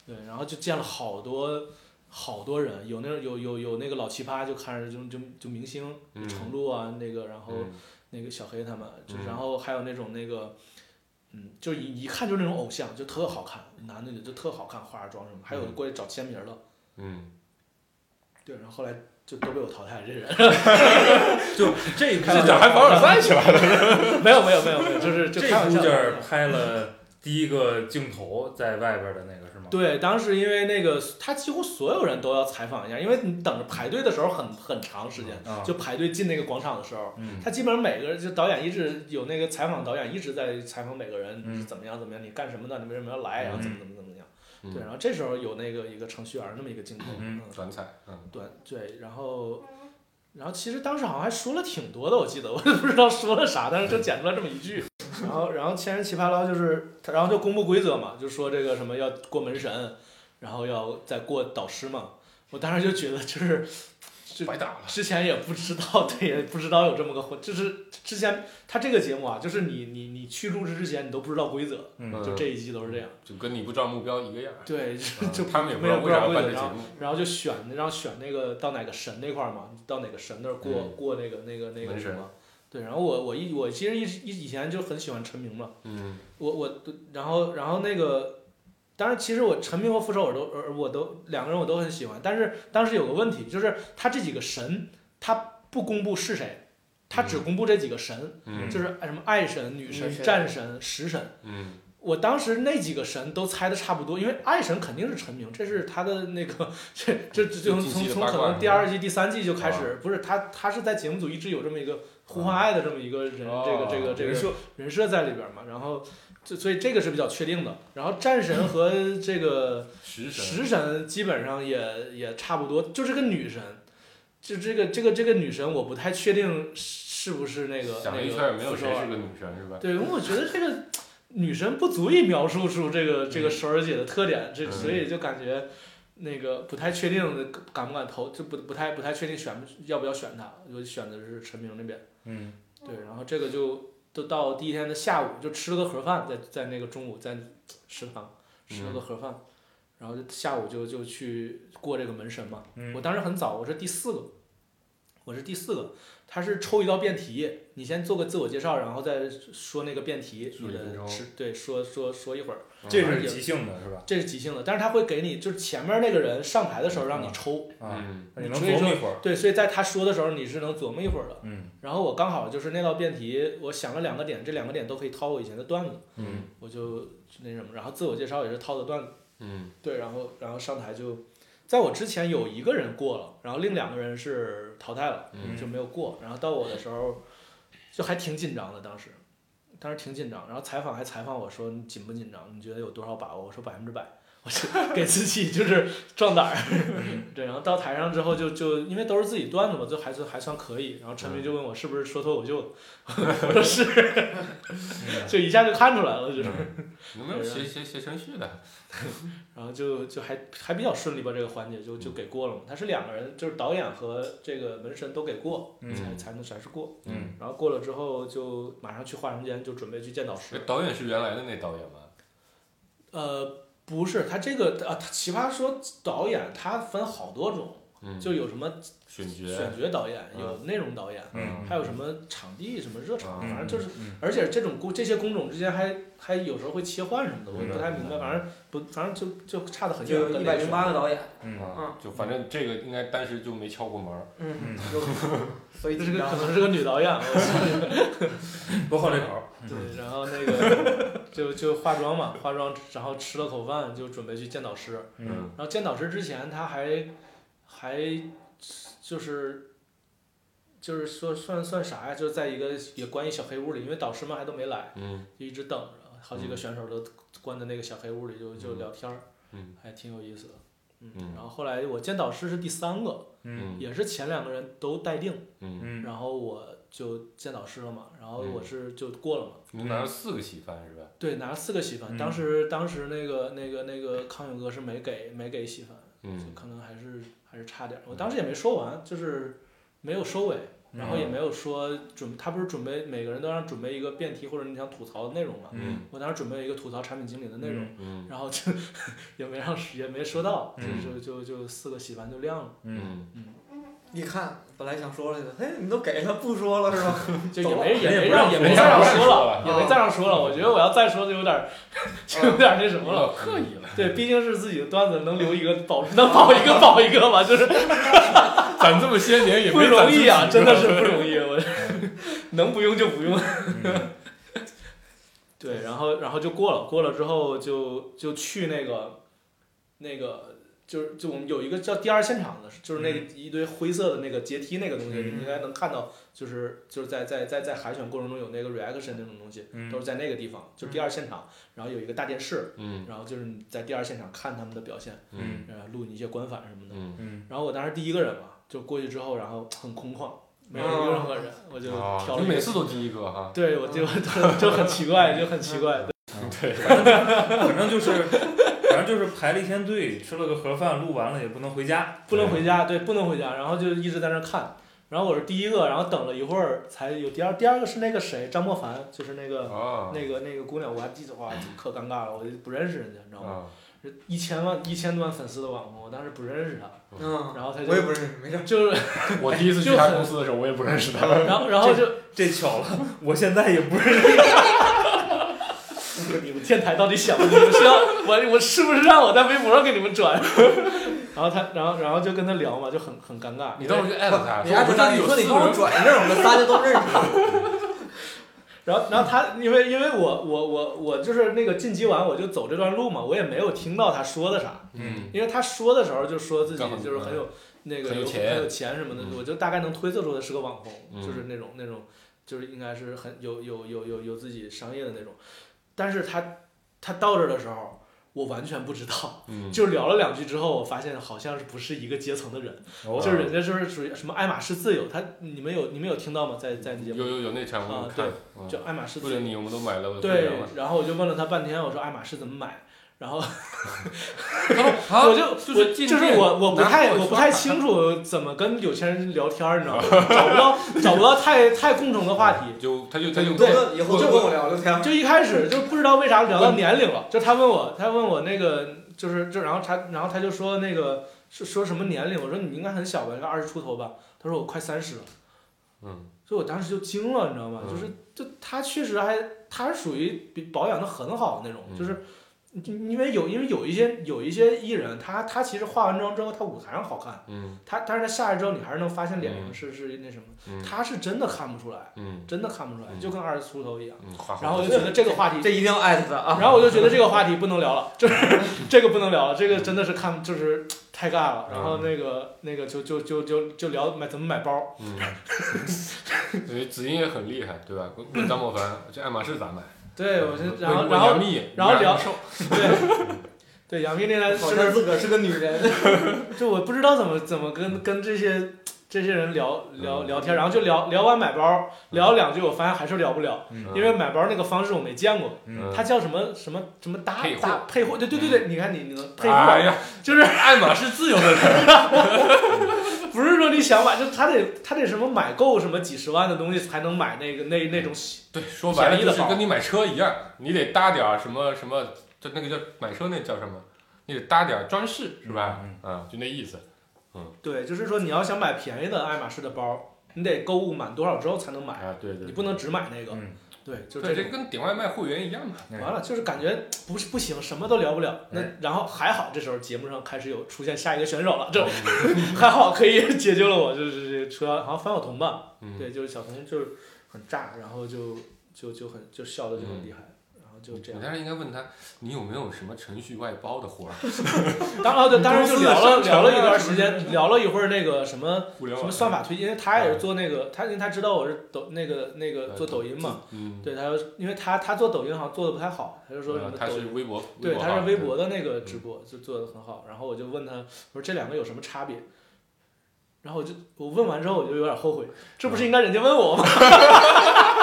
对，然后就见了好多人，有那个老奇葩，就看着就明星，程璐啊那个，然后那个小黑他们，然后还有那种那个，就一看就是那种偶像，就特好看，男的就特好看，化着妆什么，还有过来找签名的，对，然后后来就都被我淘汰了，这人，
就这一
这咋还凡尔赛起来了？
没有，就是
这部件拍了第一个镜头在外边的那个是吗？
对，当时因为那个他几乎所有人都要采访一下，因为你等着排队的时候很长时间，就排队进那个广场的时候，他基本上每个人就导演一直有那个采访导演一直在采访每个人是怎么样，你干什么的，你为什么要来，然后怎么样，对，然后这时候有那个一个程序员那么一个镜头，
转采，
对，然后其实当时好像还说了挺多的，我记得我也不知道说了啥，但是就剪出来这么一句。然后千人奇葩捞就是然后就公布规则嘛，就说这个什么要过门神，然后要再过导师嘛。我当时就觉得就
白打了，
之前也不知道，对，也不知道有这么个就是之前他这个节目啊，就是你去录制之前你都不知道规则，就这一季都是这样，
就跟你不知道目标一个样。
对，就
他们也不知道为啥要办这节目，
然后就选那个到哪个神那块嘛，到哪个神那儿过那个什么。对，然后我其实以前就很喜欢陈明嘛，然后那个，当然其实我陈明和傅首尔我都两个人我都很喜欢，但是当时有个问题，就是他这几个神他不公布是谁，他只公布这几个神，就是什么爱神、女神、战神、食神，我当时那几个神都猜的差不多，因为爱神肯定是陈明，这是他的那个，这从可能第2季、第3季就开始，不是他是在节目组一直有这么一个互换爱的这么一个人，这个人设在里边嘛，然后所以这个是比较确定的。然后战神和这个食神基本上也差不多，就是个女神，就这个女神我不太确定是不是那个。
想了一圈也没有谁是个女神是吧？
对，因为我觉得这个。女神不足以描述出这个首尔姐的特点，所以就感觉那个不太确定敢不敢投，就不太确定要不要选她，我选的是陈明那边。对，然后这个就都到第一天的下午就吃了个盒饭，在那个中午在食堂吃了个盒饭，然后就下午就去过这个门神嘛。我当时很早，我是第4个。他是抽一道辩题，你先做个自我介绍，然后再说那个辩题，你的对说一会儿。
这是即兴的是吧？
这是即兴的，但是他会给你，就是前面那个人上台的时候让你抽，
你能琢磨一会儿。
对，所以在他说的时候你是能琢磨一会儿的。然后我刚好就是那道辩题，我想了2个点，这2个点都可以套我以前的段子。我就那什么，然后自我介绍也是套的段子。对，然后上台就。在我之前有1个人过了，然后另2个人是淘汰了，就没有过。然后到我的时候，就还挺紧张的，当时挺紧张。然后采访还采访我说你紧不紧张？你觉得有多少把握？我说100%。我就给自己就是壮胆儿。对，然后到台上之后就因为都是自己段子嘛，就还算可以。然后陈明就问我是不是说脱口秀，我说是，就一下就看出来了，就是。
有没有写程序的？
然后就还比较顺利吧，这个环节就给过了嘛。他是2个人，就是导演和这个门神都给过，才能是过。然后过了之后就马上去化妆间，就准备去见导师。
导演是原来的那导演吗？
不是，他这个他奇葩说导演他分好多种，就有什么选角导演，有内容导演，还有什么场地什么热场，反正就是，而且这些工种之间还有时候会切换什么的，我也不太明白，反正就差得很远。
就108个导演，
就反正这个应该当时就没敲过门。
所以这个可能是个女导演，
不好这口。
对，然后那个就化妆嘛，然后吃了口饭就准备去见导师。然后见导师之前他还就是说算啥呀？就是在一个也关于小黑屋里，因为导师们还都没来，就一直等着，好几个选手都关在那个小黑屋里就聊天儿，还挺有意思的。然后后来我见导师是第3个，也是前2个人都待定，然后我就见导师了嘛，然后我就过了嘛。
你拿了4个喜番是吧？
对，拿了4个喜番。当时那个康永哥是没给喜番，就可能还是差点。我当时也没说完，就是没有收尾， 然后也没有说他不是准备每个人都让准备一个辩题或者你想吐槽的内容嘛，我当时准备了一个吐槽产品经理的内容，然后就也没说到，就4个洗完就亮了，
一看本来想说了的，哎，你都给他不说了是吧？
就也没再让说了，也没再让说了。我觉得我要再说就有点那什么了，
刻意了。
对，毕竟是自己的段子，能留一个能保一个吧，就是
攒这么些年也
不容易啊，真的是不容易，我能不用就不用。对，然后就过了之后就去那个。就我们有一个叫第二现场的，就是那个一堆灰色的那个阶梯那个东西，你应该能看到，就是在海选过程中有那个 reaction 那种东西，都是在那个地方，就第二现场，然后有一个大电视，然后就是你在第二现场看他们的表现，录一些官反什么的，然后我当时第一个人嘛，就过去之后，然后很空旷，没有任何人，我就挑了，
你每次都第一个哈，
对，我就很奇怪，就很奇怪，
对，
反正就是排了一天队，吃了个盒饭，录完了也不能回家，
对，不能回家，然后就一直在那看，然后我是第一个，然后等了一会儿才有第二个是那个谁，张莫凡，就是那个姑娘，我还记得哇，可尴尬了，我就不认识人家，你知道吗？1000多万粉丝的网红，我当时不认识他，然后他就
我也不认识，没事，
就是
我第一次去他公司的时候，我也不认识他，
然后就
这巧了，我现在也不认识。
你们电台到底想你们是要我是不是让我在微博上给你们转？然后就跟他聊嘛，就很尴尬。
你到时候就艾特他，
你艾特他，你说你给我转一阵，我们仨就都认识。
然后他因为我就是那个晋级完我就走这段路嘛，我也没有听到他说的啥。因为他说的时候就说自己就是很有那个很有钱什么的，我就大概能推测出他是个网红，就是那种就是应该是很有自己商业的那种。但是他到这儿的时候，我完全不知道，就聊了2句之后，我发现好像是不是一个阶层的人，就是人家就是属于什么爱马仕自由，你们有听到吗？在你节目
有那场我看，
对，就爱马仕自由。
为了你，我们都买了。
对，然后我就问了他半天，我说爱马仕怎么买？然后我不太清楚怎么跟有钱人聊天，你知道吗？找不到太共同的话题。
他就
对，以后就跟我聊天。
就一开始就不知道为啥聊到年龄了，就他问我那个然后他就说那个说什么年龄，我说你应该很小吧，应该20出头吧。他说我快30了。所以我当时就惊了，你知道吗？就他确实他是属于保养的很好的那种，就是。因为有一些艺人，他其实化完妆之后，他舞台上好看，但是他下来之后，你还是能发现脸上是那什么，他是真的看不出来，真的看不出来，就跟20出头一样。然后我就觉得这个话题，
这一定要艾特他啊。
然后我就觉得这个话题不能聊了，就是这个不能聊了，这个真的是就是太尬了。然后那个就聊怎么买包。
子英也很厉害，对吧？问张莫凡这爱马仕咋买？
对，然后聊，对，杨幂那台
好像自个儿是个女人，
就我不知道怎么跟这些人聊天，然后就聊完买包，聊2句，我发现还是聊不了，因为买包那个方式我没见过，它叫什么搭配货，对，你看你能配货，就是
爱马仕自由的人。
不是说你想买，就他得什么买够什么几十万的东西才能买那种
对，说白了就是跟你买车一样，你得搭点什么，就那个叫买车那叫什么，你得搭点装饰是吧？就那意思。
对，就是说你要想买便宜的爱马仕的包，你得购物满多少之后才能买
啊？对，
你不能只买那个。对，就
这跟点外卖会员一样嘛。
完了，就是感觉不行，什么都聊不了。那然后还好，这时候节目上开始有出现下一个选手了，就还好可以解救了我，就是主要好像樊晓彤吧，对，就是小彤就是很炸，然后就笑的就很厉害。就这样。
你当时应该问他，你有没有什么程序外包的活儿？
当然就聊了一段时间，聊了一会儿那个什么算法推荐，因为他也是做那个，因为他知道我是那个做抖音嘛，对，他因为他做抖音好像做的不太好，他就说什么
他是微博，
对，他是微博的那个直播就做的很好，然后我就问他，我说这2个有什么差别？然后我问完之后我就有点后悔，这不是应该人家问我吗？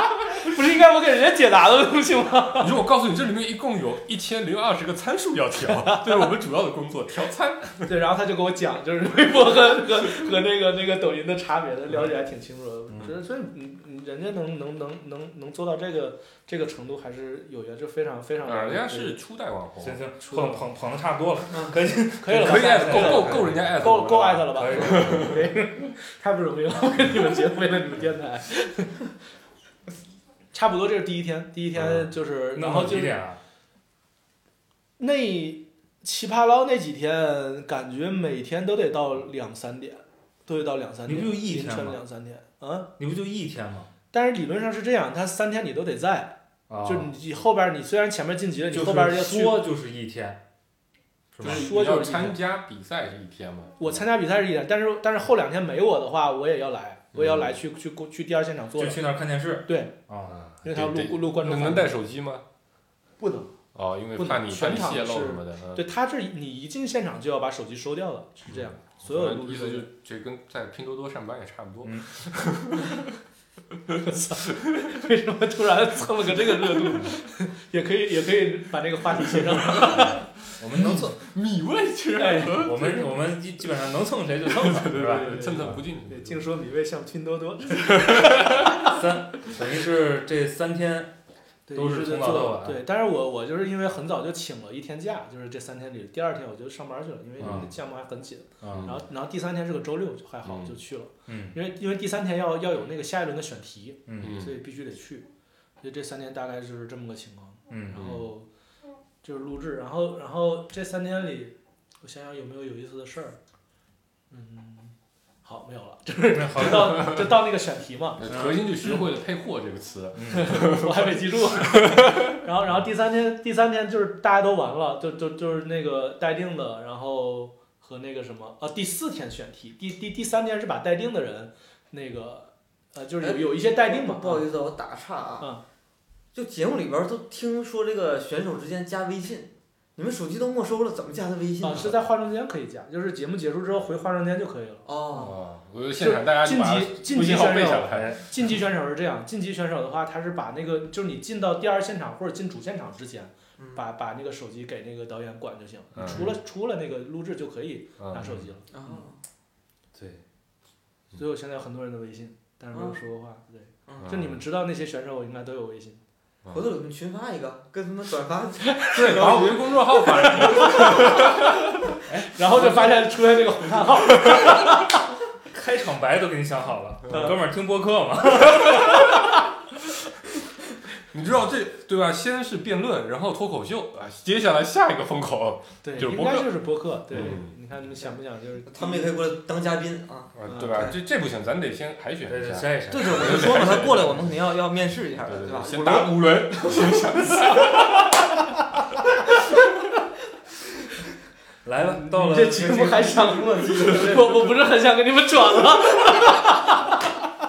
不是应该我给人家解答的东西吗？
你说我告诉你，这里面一共有1020个参数要调，这是我们主要的工作，调参。
对，然后他就给我讲，就是微博和那个抖音的差别，了解还挺清楚的。所以人家能做到这个程度，还是有缘，就非常非常。
人家是初代网红。
行，捧的差不多了，可以
了，
可以艾特，够人家艾特，
够艾特了吧？太不容易了，为了你们节目，为了你们电台。差不多这是第一天就是，然后就那奇葩捞那几天，感觉每天都得到2-3点，
你不就一天吗？
凌晨2-3点，啊？
你不就一天吗？
但是理论上是这样，他3天你都得在，就你后边你虽然前面晋级了，你后边要去
说就是一天。
说就是
参加比赛是一天吗？
我参加比赛是一天，但是后2天没我的话，我也要来，去第二现场做。
就去那儿看电视。
对。因为他录观众。
能带手机吗？
不能。
因为怕你泄露什么的。
对，他这你一进现场就要把手机收掉了，是这样。所有的录制
就这跟在拼多多上班也差不多。
为什么突然蹭了个这个热度？也可以把这个话题切上。
我们能蹭
米味居
然
我们基本上能蹭谁就蹭谁，是吧？
蹭不进。
净说米味像拼多多。
等于是这3天都是从早到晚。
对，但是我就是因为很早就请了1天假，就是这3天里，第2天我就上班去了，因为项目还很紧。然后第3天是个周六，就还好就去了。因为第3天要有那个下一轮的选题，所以必须得去。所以这3天大概就是这么个情况。然后就是录制，然后这3天里，我想想有没有意思的事儿。好，没有了，就到那个选题嘛。
核心就学会了配货这个词。
我还没记住。然后第三天就是大家都完了，就是那个待定的，然后和那个什么第4天选题，第3天是把待定的人那个就是有一些待定嘛。
不好意思，我打个岔啊。就节目里边都听说这个选手之间加微信，你们手机都没收了，怎么加的微信呢？
是在化妆间可以加，就是节目结束之后回化妆间就可以了。
我觉得现场大家就把
晋级选手，
来。
晋级选手是这样，晋级选手的话，他是把那个就是你进到第2现场或者进主现场之前，把那个手机给那个导演管就行，出了那个录制就可以拿手机了。
对。
所以我现在有很多人的微信，但是没有说过话。对。就你们知道那些选手应该都有微信。
回头给你们群发一个，跟他们转发。
对，把我们公众号发上
去。然后就发现出现这个红叹号。
开场白都给你想好了，哥们儿听播客嘛。
你知道这对吧？先是辩论，然后脱口秀啊，接下来下一个风口就是播客。
应该就是播客。对，你看你们想不想就是？
他们也可以过来当嘉宾啊。
对吧？这不行，咱得先海选一下。
对，我就说嘛，他过来，我们肯定要面试一下的，对吧？
先打5轮，先想。
来吧，到了。
这节目还上吗？我不是很想给你们转了。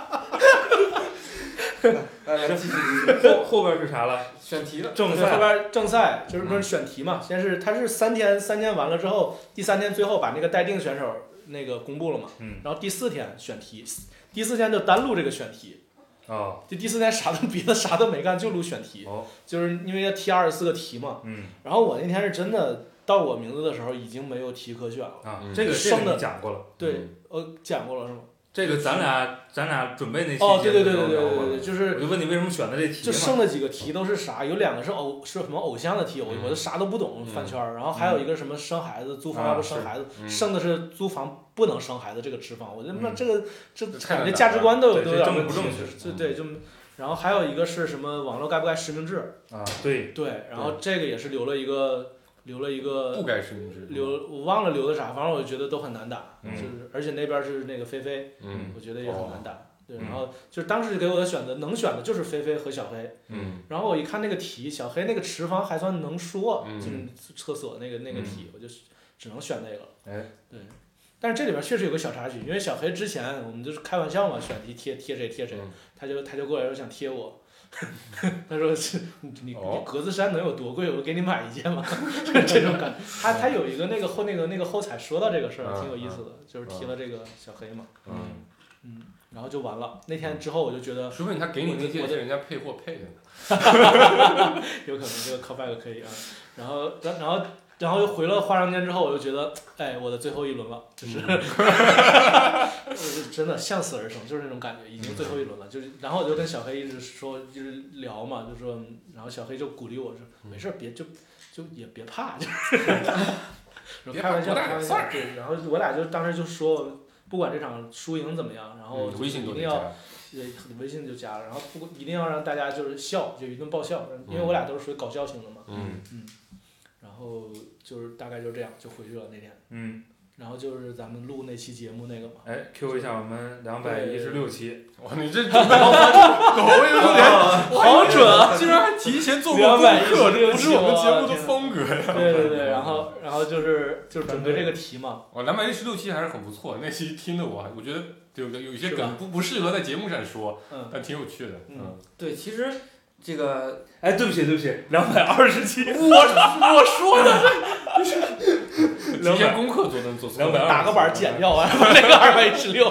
来继续。
后边是啥了？
选题了。
正赛。后边正赛就是不是选题嘛？先是他是3天完了之后，第3天最后把那个待定选手那个公布了嘛。然后第4天选题，第4天就单录这个选题。就第4天别的啥都没干，就录选题。就是因为要提24个题嘛。然后我那天是真的到我名字的时候已经没有题可选了。
这个你讲过了。
对，讲过了是吗？
这个咱俩准备那期
对，就是
我就问你为什么选的这题，
就剩了几个题都是啥？有2个是什么偶像的题，我都啥都不懂，翻圈儿。然后还有一个什么生孩子，租房要不生孩子，剩的是租房不能生孩子这个脂肪。我觉得那这感觉价值观都有点问题。对，就然后还有一个是什么网络该不该实名制？对，然后这个也是留了一个
不该实名制，
我忘了留的啥，反正我觉得都很难打，就是而且那边是那个菲菲，我觉得也很难打，对，然后就是当时给我的选择能选的就是菲菲和小黑，然后我一看那个题，小黑那个持方还算能说，就是厕所那个题，我就只能选那个了，对，但是这里边确实有个小插曲，因为小黑之前我们就是开玩笑嘛，选题贴谁，他就过来说想贴我。他说是你格子衫能有多贵？我给你买一件嘛，这种感觉。他有一个那个后彩说到这个事儿，挺有意思的，就是提了这个小黑嘛。 然后就完了。那天之后我就觉得，
说不定他给你那些是人家配货配的呢。
有可能这个 callback 可以啊。然后又回了化妆间之后，我就觉得，哎，我的最后一轮了，就是，真的向死而生，就是那种感觉，已经最后一轮了。就是，然后我就跟小黑一直说，就是聊嘛，就说，然后小黑就鼓励我说，没事，别就也别怕，就是，开玩笑，开玩笑，对。然后我俩就当时就说，不管这场输赢怎么样，然后
微信
一定要。微信就加了，然后一定要让大家就是笑，就一顿爆笑，因为我俩都是属于搞笑型的嘛。然后就是大概就这样就回去了那天。然后就是咱们录那期节目那个嘛。
哎 ，Q 一下我们216期。
哇，你这准备我有点
好准啊！
竟然还提前做过功课，这不是我们节目的风格呀。
对，然后就是准备这个题嘛。
哦，216期还是很不错，那期听的我觉得有一些梗不适合在节目上说，但挺有趣的。
对，其实这个，
哎，对不起，220期，
我说的
提前功课做错，
打个板剪掉完，那个216。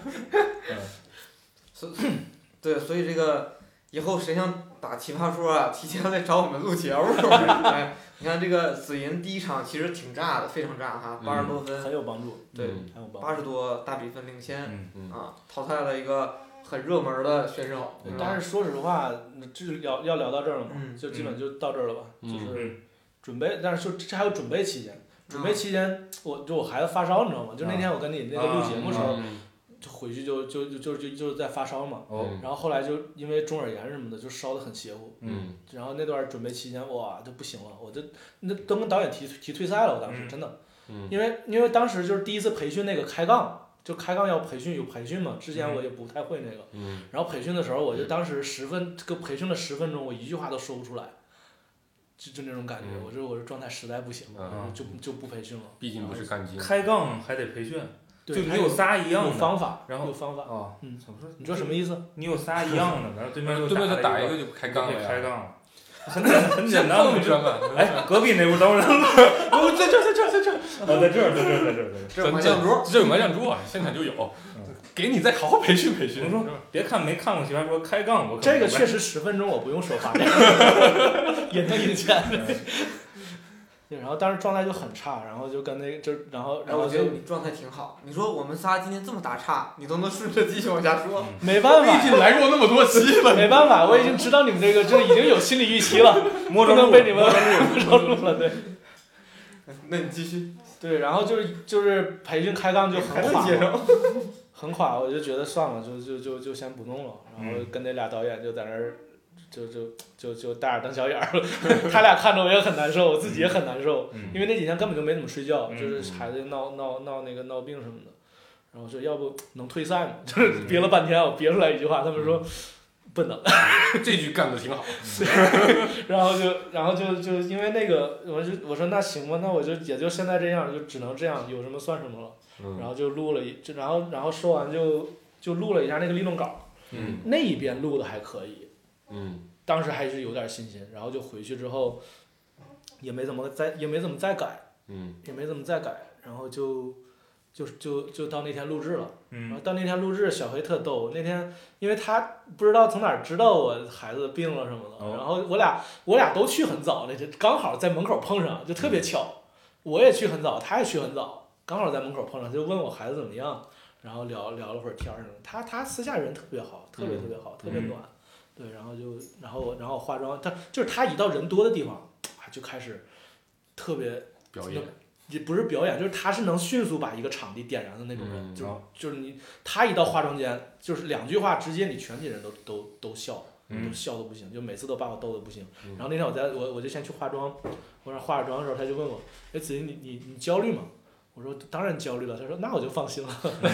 对，所以这个以后谁想打奇葩说啊，提前来找我们录节目。哎，你看这个紫银第一场其实挺炸的，非常炸哈，80多分，
很有帮助。
对，80多大比分领先，淘汰了一个很热门的选手。
但是说实话，这要聊到这儿了嘛，就基本就到这儿了吧，就是准备，但是这还有准备期间。准备期间，我孩子发烧，你知道吗？就那天我跟你那个录节目的时候，就回去就是在发烧嘛。然后后来就因为中耳炎什么的，就烧得很邪乎。然后那段准备期间，哇，就不行了，我就都跟导演提退赛了，我当时真的。因为当时就是第一次培训那个开杠，就开杠要培训有培训嘛，之前我也不太会那个。然后培训的时候，我就当时培训了10分钟，我一句话都说不出来。就那种感觉，我这状态实在不行，就不培训了。
毕竟不是干筋。
开杠还得培训，
就
你有仨一样的。
有方法，
然后
有方法。
怎么说？
你说什么意思？
你有仨一样的，然后对面
就打一个就开杠了。
开杠了。很简单，
你知道吗？
哎，隔壁那屋等会儿。
我在这儿。
在这儿。
这有麻将桌，
这有麻将桌啊，现场就有。给你再好好培训培训。
我说别看没看过奇葩说开杠，我
这个确实10分钟我不用说话，也能赢钱。对，然后当时状态就很差，然后就跟然后
我觉得你状态挺好。你说我们仨今天这么打岔，你都能顺着继续往下说。
没办法，
毕竟来过那么多期了。
没办法，我已经知道你们这个就已经有心理预期了，不能被你们摸着录了。对。
那你继续。
对，然后就是培训开杠就很垮，很垮，我就觉得算了，就先不弄了。然后跟那俩导演就在那儿，就大眼瞪小眼儿，他俩看着我也很难受，我自己也很难受，因为那几天根本就没怎么睡觉，就是孩子闹病什么的。然后说要不能退赛嘛，就是憋了半天，我憋出来一句话，他们说不能。
这句干得挺好。
然后就因为那个，我说那行吧，那我就也就现在这样，就只能这样，有什么算什么了。然后就录了然后说完就录了一下那个立论稿。那一遍录的还可以。当时还是有点信心，然后就回去之后，也没怎么再改。然后就到那天录制了。然后到那天录制，小黑特逗。那天因为他不知道从哪儿知道我孩子病了什么的，然后我俩都去很早，那天刚好在门口碰上，就特别巧。我也去很早，他也去很早，刚好在门口碰上，就问我孩子怎么样，然后聊了会儿天什么。他私下人特别好，特别好，特别暖。对，然后化妆，他一到人多的地方，就开始特别
表演。
也不是表演，就是他是能迅速把一个场地点燃的那种人，就是他一到化妆间，就是2句话直接你全体人都笑，都笑得不行，就每次都把我逗得不行。然后那天我就先去化妆，我让化着妆的时候他就问我，哎子怡你焦虑吗？我说当然焦虑了。他说那我就放心了。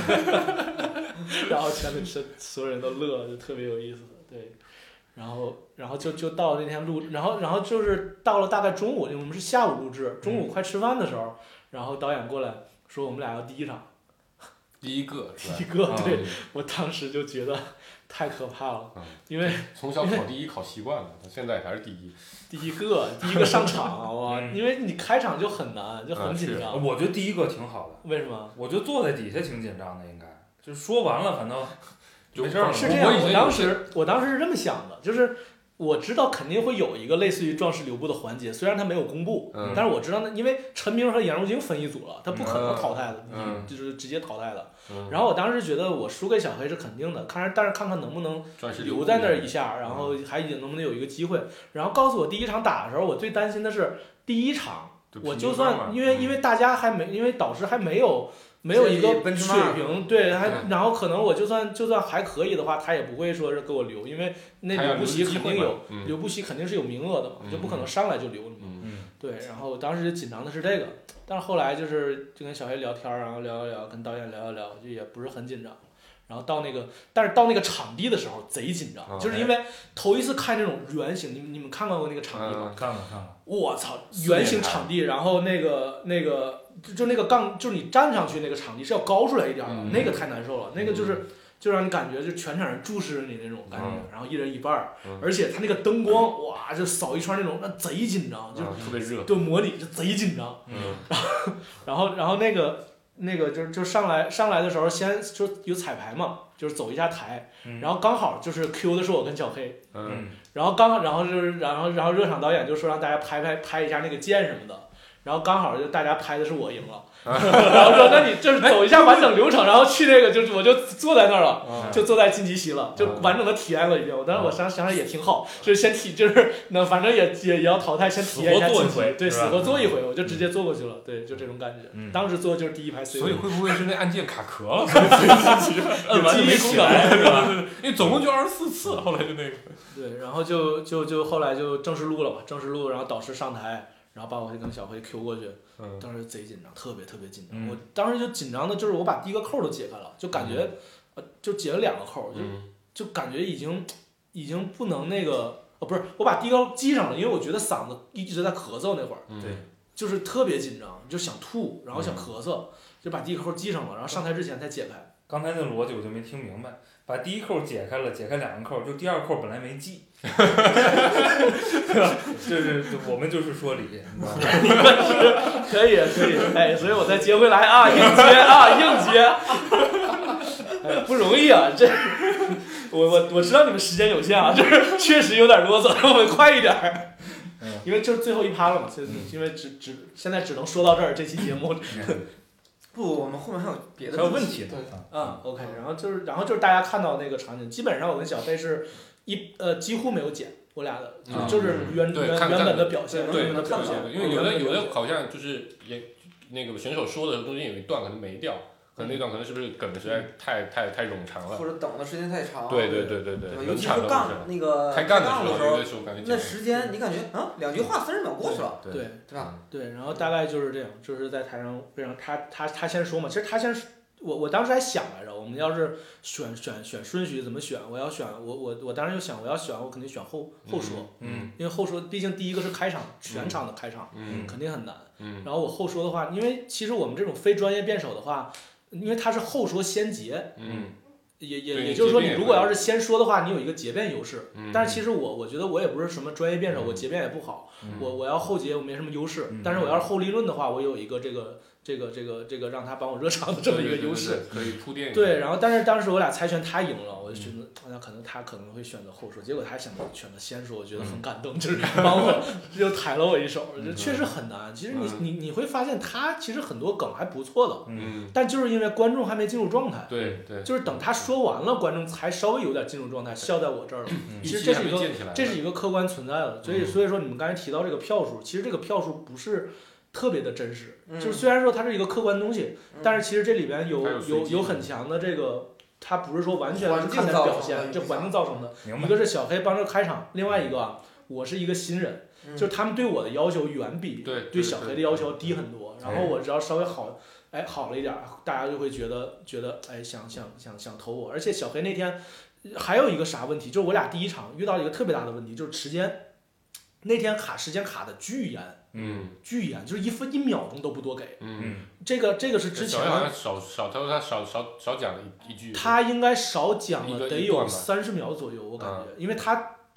然后全体所有人都乐了，就特别有意思。对。然后就到那天录，然后就是到了大概中午，因为我们是下午录制，中午快吃饭的时候，然后导演过来说我们俩要第一场。
第一个，
对，我当时就觉得太可怕了，因为
从小考第一考习惯了，他现在还是第一。
第一个上场哇，因为你开场就很难，就很紧张。
我觉得第一个挺好的。
为什么？
我觉得坐在底下挺紧张的，应该。 就说完了，反倒没事儿了。
是这样，我当时是这么想的，就是我知道肯定会有一个类似于壮士留步的环节，虽然他没有公布，但是我知道因为陈明和颜如晶分一组了，他不可能淘汰的，就是直接淘汰的。然后我当时觉得我输给小黑是肯定的，但是看看能不能留在那儿一下，然后还能不能有一个机会。然后告诉我第一场打的时候，我最担心的是第一场，我就算因为大家还没，因为导师还没有一个水平，对，然后可能我就算还可以的话，他也不会说是给我留，因为那刘步熙肯定有，刘步熙肯定是有名额的嘛，就不可能上来就留你嘛。对，然后当时紧张的是这个，但是后来就跟小黑聊天，然后聊，跟导演聊，就也不是很紧张。然后但是到那个场地的时候贼紧张，就是因为头一次看这种圆形，你们看到过那个场地吗？
看过。
我操，圆形场地，然后那个就那个杠，就是你站上去那个场地是要高出来一点的，那个太难受了，那个就让你感觉就全场人注视你那种感觉，然后一人一半，而且他那个灯光哇就扫一圈那种，那贼紧张，就
特别热，
对，模拟就贼紧张，然后那个就上来的时候先就有彩排嘛，就是走一下台，然后刚好就是 Q 的是我跟小黑，然后热场导演就说让大家拍一下那个剑什么的，然后刚好就大家拍的是我赢了，然后说那你就是走一下完整流程，然后去那个就是我就坐在那儿了，就坐在晋级席了，就完整的体验了一遍。但是我想想也挺好，就是先就是那反正也要淘汰，先体验一下晋级，对，死活做一回，我就直接坐过去了，对，就这种感觉。当时坐就是第一排 C 位。
所以会不会是那按键卡壳了？
有记忆功能
是吧？因为总共就24次，后来就那个。
对，然后就后来就正式录了嘛，然后导师上台。然后把我跟小黑 Q 过去，当时贼紧张，特别紧张。我当时就紧张的，就是我把第一个扣都解开了，就感觉，就解了2个扣，就感觉已经不能那个，不是，我把第一个系上了，因为我觉得嗓子一直在咳嗽那会儿，
对，
就是特别紧张，就想吐，然后想咳嗽，就把第一个扣系上了，然后上台之前才解开。
刚才那逻辑我就没听明白，把第一扣解开了，解开2个扣，就第2扣本来没系，就是我们就是说理，你知道吗？
你们是可以，哎，所以我再接回来啊，硬接，哎，不容易啊，这我知道你们时间有限啊，就是确实有点啰嗦，我们快一点。因为就是最后一趴了嘛，因为现在只能说到这儿，这期节目。
不，我们后面还有别的
还有问题
呢。OK， 然后就是大家看到那个场景，基本上我跟小飞是几乎没有剪我俩的，就是原本的表现，
对，因为有的好像就是那个选手说的时候中间有一段可能没掉。可能那段可能是不是梗实在太冗长了，
或者等的时间太长。
对，
尤其是杠那个
开杠的
时候，那时间你感觉2句话40秒过去了，
对
吧？
对，然后大概就是这样，就是在台上非常他先说嘛，其实他先我当时还想来着，我们要是选顺序怎么选，我当时就想我肯定选后说，因为后说毕竟第一个是开场全场的开场，肯定很难，然后我后说的话，因为其实我们这种非专业辩手的话。因为它是后说先结，也就是说，你如果要是先说的话，你有一个结辩优势。但是其实我觉得我也不是什么专业辩手，我结辩也不好，我要后结我没什么优势。但是我要是后立论的话，我有一个这个让他帮我热场的这么一个优势，
可以铺垫。
对，然后但是当时我俩猜拳他赢了，我就觉得他可能会选择后说，结果他选择先说，我觉得很感动，就是帮我就抬了我一手，就确实很难。其实你会发现他其实很多梗还不错的，但就是因为观众还没进入状态，
对，
就是等他说完了，观众才稍微有点进入状态，笑在我这儿了。其实这是一个客观存在的，所以说你们刚才提到这个票数，其实这个票数不是特别的真实，就是虽然说它是一个客观东西，但是其实这里边有很强的这个，它不是说完全是看他表现，这环境造成的。一个是小黑帮着开场，另外一个我是一个新人，就是他们对我的要求远比对小黑的要求低很多，然后我只要稍微好了一点，大家就会觉得想投我。而且小黑那天还有一个啥问题，就是我俩第一场遇到一个特别大的问题，就是时间，那天时间卡的巨严。巨严，就是1秒钟都不多给。这个是之前少讲了一句。他应该少讲了得有30秒左右，我感觉，因为他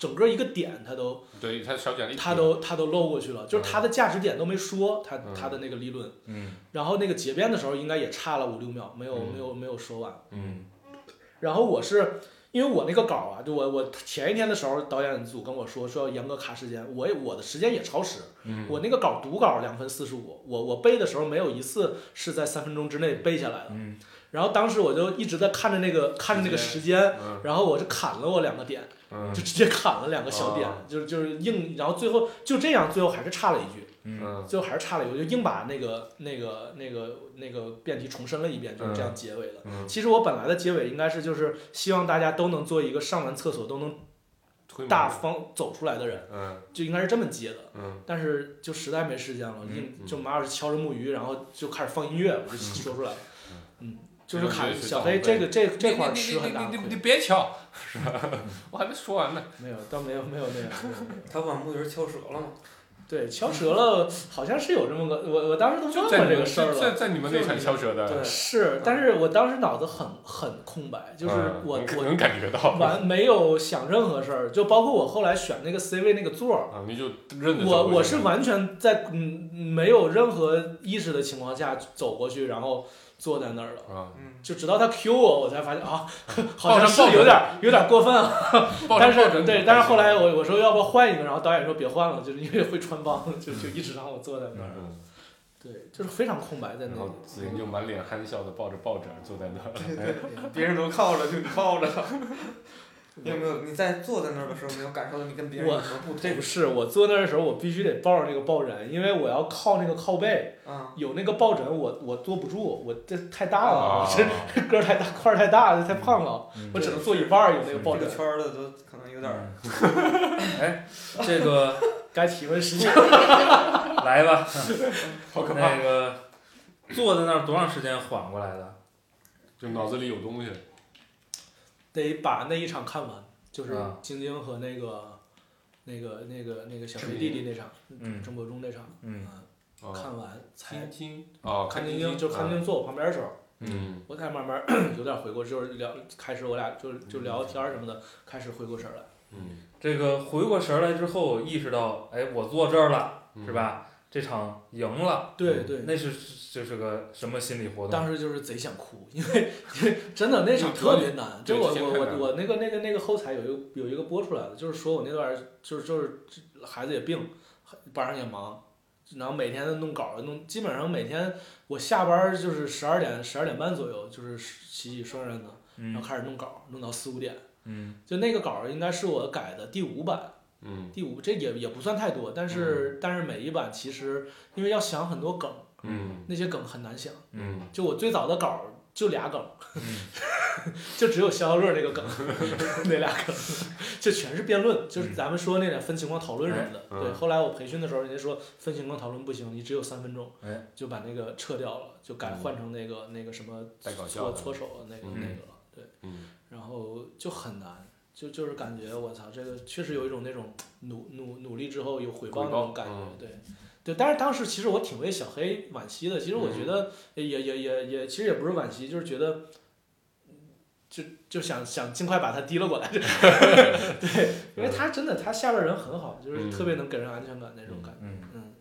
整个一个点它都
对它少讲了一
它都漏过去了，就是它的价值点都没说，它的那个立论，然后那个结编的时候应该也差了5-6秒，没有说完，然后我是因为我那个稿啊，就我前一天的时候，导演组跟我说要严格卡时间，我的时间也超时，我那个读稿2分45，我背的时候没有一次是在3分钟之内背下来的，然后当时我就一直在看着那个时间，然后我就砍了我2个点，就直接砍了2个小点，就是硬，然后最后就这样，最后还是差了一句。最后还是差了一个，就硬把那个辩题重申了一遍，就是这样结尾的。其实我本来的结尾应该是就是希望大家都能做一个上完厕所都能大方走出来的人，就应该是这么接的。但是就实在没时间了，就马老师敲着木鱼，然后就开始放音乐，我就说出来了。就是小黑这块吃很大亏。
你别敲，是吧？我还没说完呢。
没有，倒没有那样。
他把木鱼敲折了吗？
对，敲折了，好像是有这么个，我当时都忘了这个事儿了。
在你们那场敲折的。
对，是，但是我当时脑子很空白，就是我
能感觉到。
没有想任何事儿，就包括我后来选那个 C 位那个座儿。
你就认得。
我是完全在没有任何意识的情况下走过去，然后坐在那儿了。就直到他 Q 我才发现啊，好像是有点过分啊。但是后来我说要不要换一个，然后导演说别换了，就是因为会穿帮，就一直让我坐在那儿。对，就是非常空白在那。
然后子莹就满脸憨笑的抱着抱枕坐在那儿。
对，别人都靠着，就你抱着。你有没有你在坐在那儿的时候没有感受到你跟别人有什么不同？
不是，我坐那儿的时候我必须得抱着那个抱枕，因为我要靠那个靠背。有那个抱枕我坐不住，我这太大了，我这个太大块太大，太胖了，我只能坐一半有那个抱枕。
这个圈的都可能有点。
哎，这个
该提问时间
来吧。
好可怕。
那个坐在那儿多长时间缓过来的？
就脑子里有东西。
得把那一场看完，就是晶晶和那个小黑弟弟那场，郑国忠那场，看完才看晶晶，就看晶晶坐我旁边的时候，我才慢慢有点回过，就是开始我俩就聊天什么的，开始回过神来。
这个回过神来之后，意识到，哎，我坐这儿了，是吧？这场赢了，
对，
那就是个什么心理活动？
当时就是贼想哭，因为真的那场特别难。就我那个后台有一个播出来的，就是说我那段就是孩子也病，班上也忙，然后每天弄稿基本上每天我下班就是12点半左右，就是洗双人的，然后开始弄稿，弄到4-5点。就那个稿应该是我改的第5版。第5这也不算太多，但是每一版其实因为要想很多梗，那些梗很难想，就我最早的稿就2梗，就只有消消乐那个梗，那2梗，就全是辩论，就是咱们说那点分情况讨论什么的。对，后来我培训的时候，人家说分情况讨论不行，你只有3分钟，就把那个撤掉了，就换成那个什么搓手那个了，对，然后就很难。就是感觉我操，这个确实有一种那种努力之后有回报那种感觉，对。但是当时其实我挺为小黑惋惜的，其实我觉得也其实也不是惋惜，就是觉得就想尽快把他提了过来，对，因为他真的他下边人很好，就是特别能给人安全感那种感觉，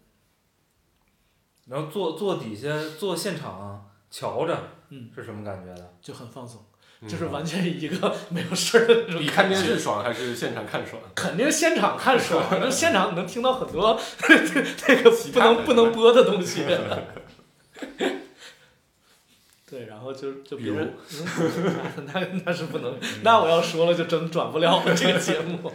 然后坐底下坐现场瞧着，是什么感觉的？
就很放松。就是完全一个没有事儿的那种。
比看电视爽还是现场看爽？
肯定现场看爽，就现场你能听到很多这个不能播的东西。对，然后就别人，那是不能，那我要说了就真转不了这个节目。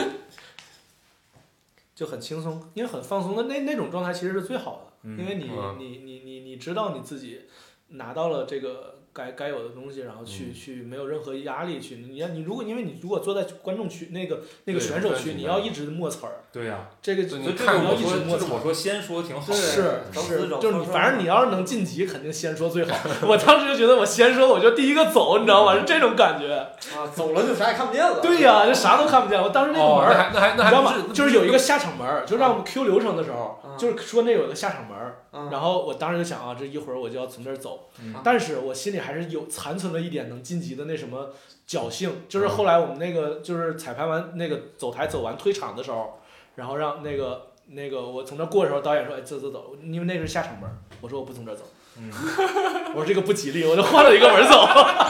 就很轻松，因为很放松的那种状态其实是最好的，因为你知道你自己拿到了这个。该有的东西，然后去没有任何压力去，你如果坐在观众区那个选手区，你要一直默词儿。
对呀，
这个
你要一直默词儿。我说先说挺好。
是，就是你反正你要是能晋级，肯定先说最好。我当时就觉得我先说，我就第一个走，你知道吗？是这种感觉。
啊，走了就啥也看不见了。
对呀，就啥都看不见。我当时那个门
那还
你知道吗？就是有一个下场门，就让我们 Q 流程的时候，就是说那有一个下场门， 然后我当时就想啊，这一会儿我就要从这儿走，但是我心里还是有残存了一点能晋级的那什么侥幸，就是后来我们那个就是彩排完那个走台走完退场的时候，然后让那个我从这过的时候，导演说，哎，走，因为那是下场门，我说我不从这儿走，我说这个不吉利，我就换了一个门走。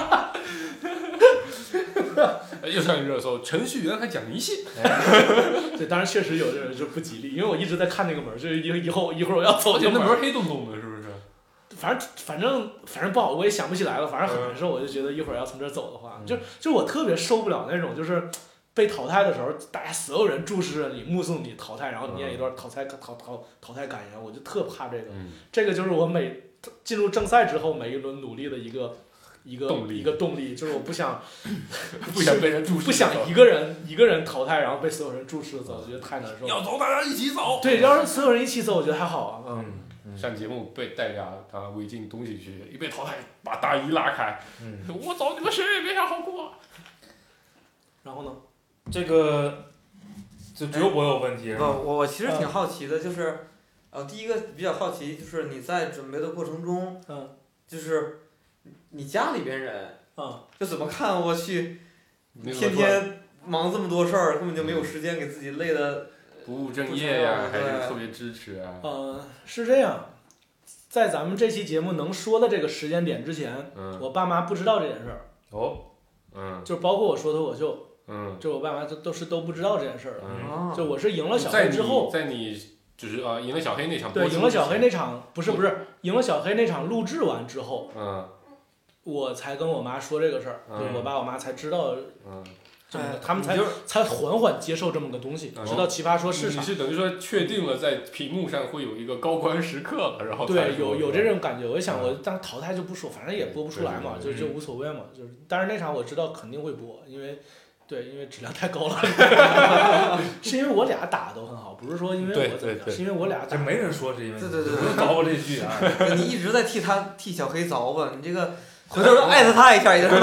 又上热搜，程序员还讲迷信。
对，当然确实有的人就不吉利，因为我一直在看那个门，就是一会儿我要走进
那门黑洞洞的，是不是？
反正不好，我也想不起来了，反正很难受，我就觉得一会儿要从这儿走的话，就我特别受不了那种就是被淘汰的时候，大家所有人注视着你，目送你淘汰，然后念一段淘汰感言，我就特怕这个。这个就是我每进入正赛之后每一轮努力的一个动力，就是我不想
被人注视，
不想一个人淘汰，然后被所有人注视走，我觉得太难受了。
要走，大家一起走。
对，要是所有人一起走，我觉得还好啊。
上节目被带俩违禁东西去，一被淘汰，把大衣拉开。我走，你们谁也别想好过。
然后呢？
这个就只有我有问题。
我其实挺好奇的，就是第一个比较好奇就是你在准备的过程中，就是你家里边人，就怎么看？我去，天天忙这么多事儿，根本就没有时间给自己累的。
不务正业呀，还是特别支持啊？
是这样，在咱们这期节目能说的这个时间点之前，我爸妈不知道这件事儿。就是包括我说脱口秀，就我爸妈都不知道这件事儿的。就我是赢了小黑之后，
在你就是赢了小黑那场，
对，赢了小黑那场不是赢了小黑那场录制完之后，我才跟我妈说这个事儿，我爸我妈才知道。他们才缓缓接受这么个东西，知道奇葩说市场。
你是等于说确定了在屏幕上会有一个高光时刻了，然后
对有这种感觉。我想我当时淘汰就不说，反正也播不出来嘛，就无所谓嘛。就是，但是那场我知道肯定会播，因为质量太高了。是因为我俩打的都很好，不是说因为我怎么样，是因为我俩
这没人说是因为
对，
不用凿吧这句啊。
你一直在替小黑凿吧，你这个回头艾特他一下也。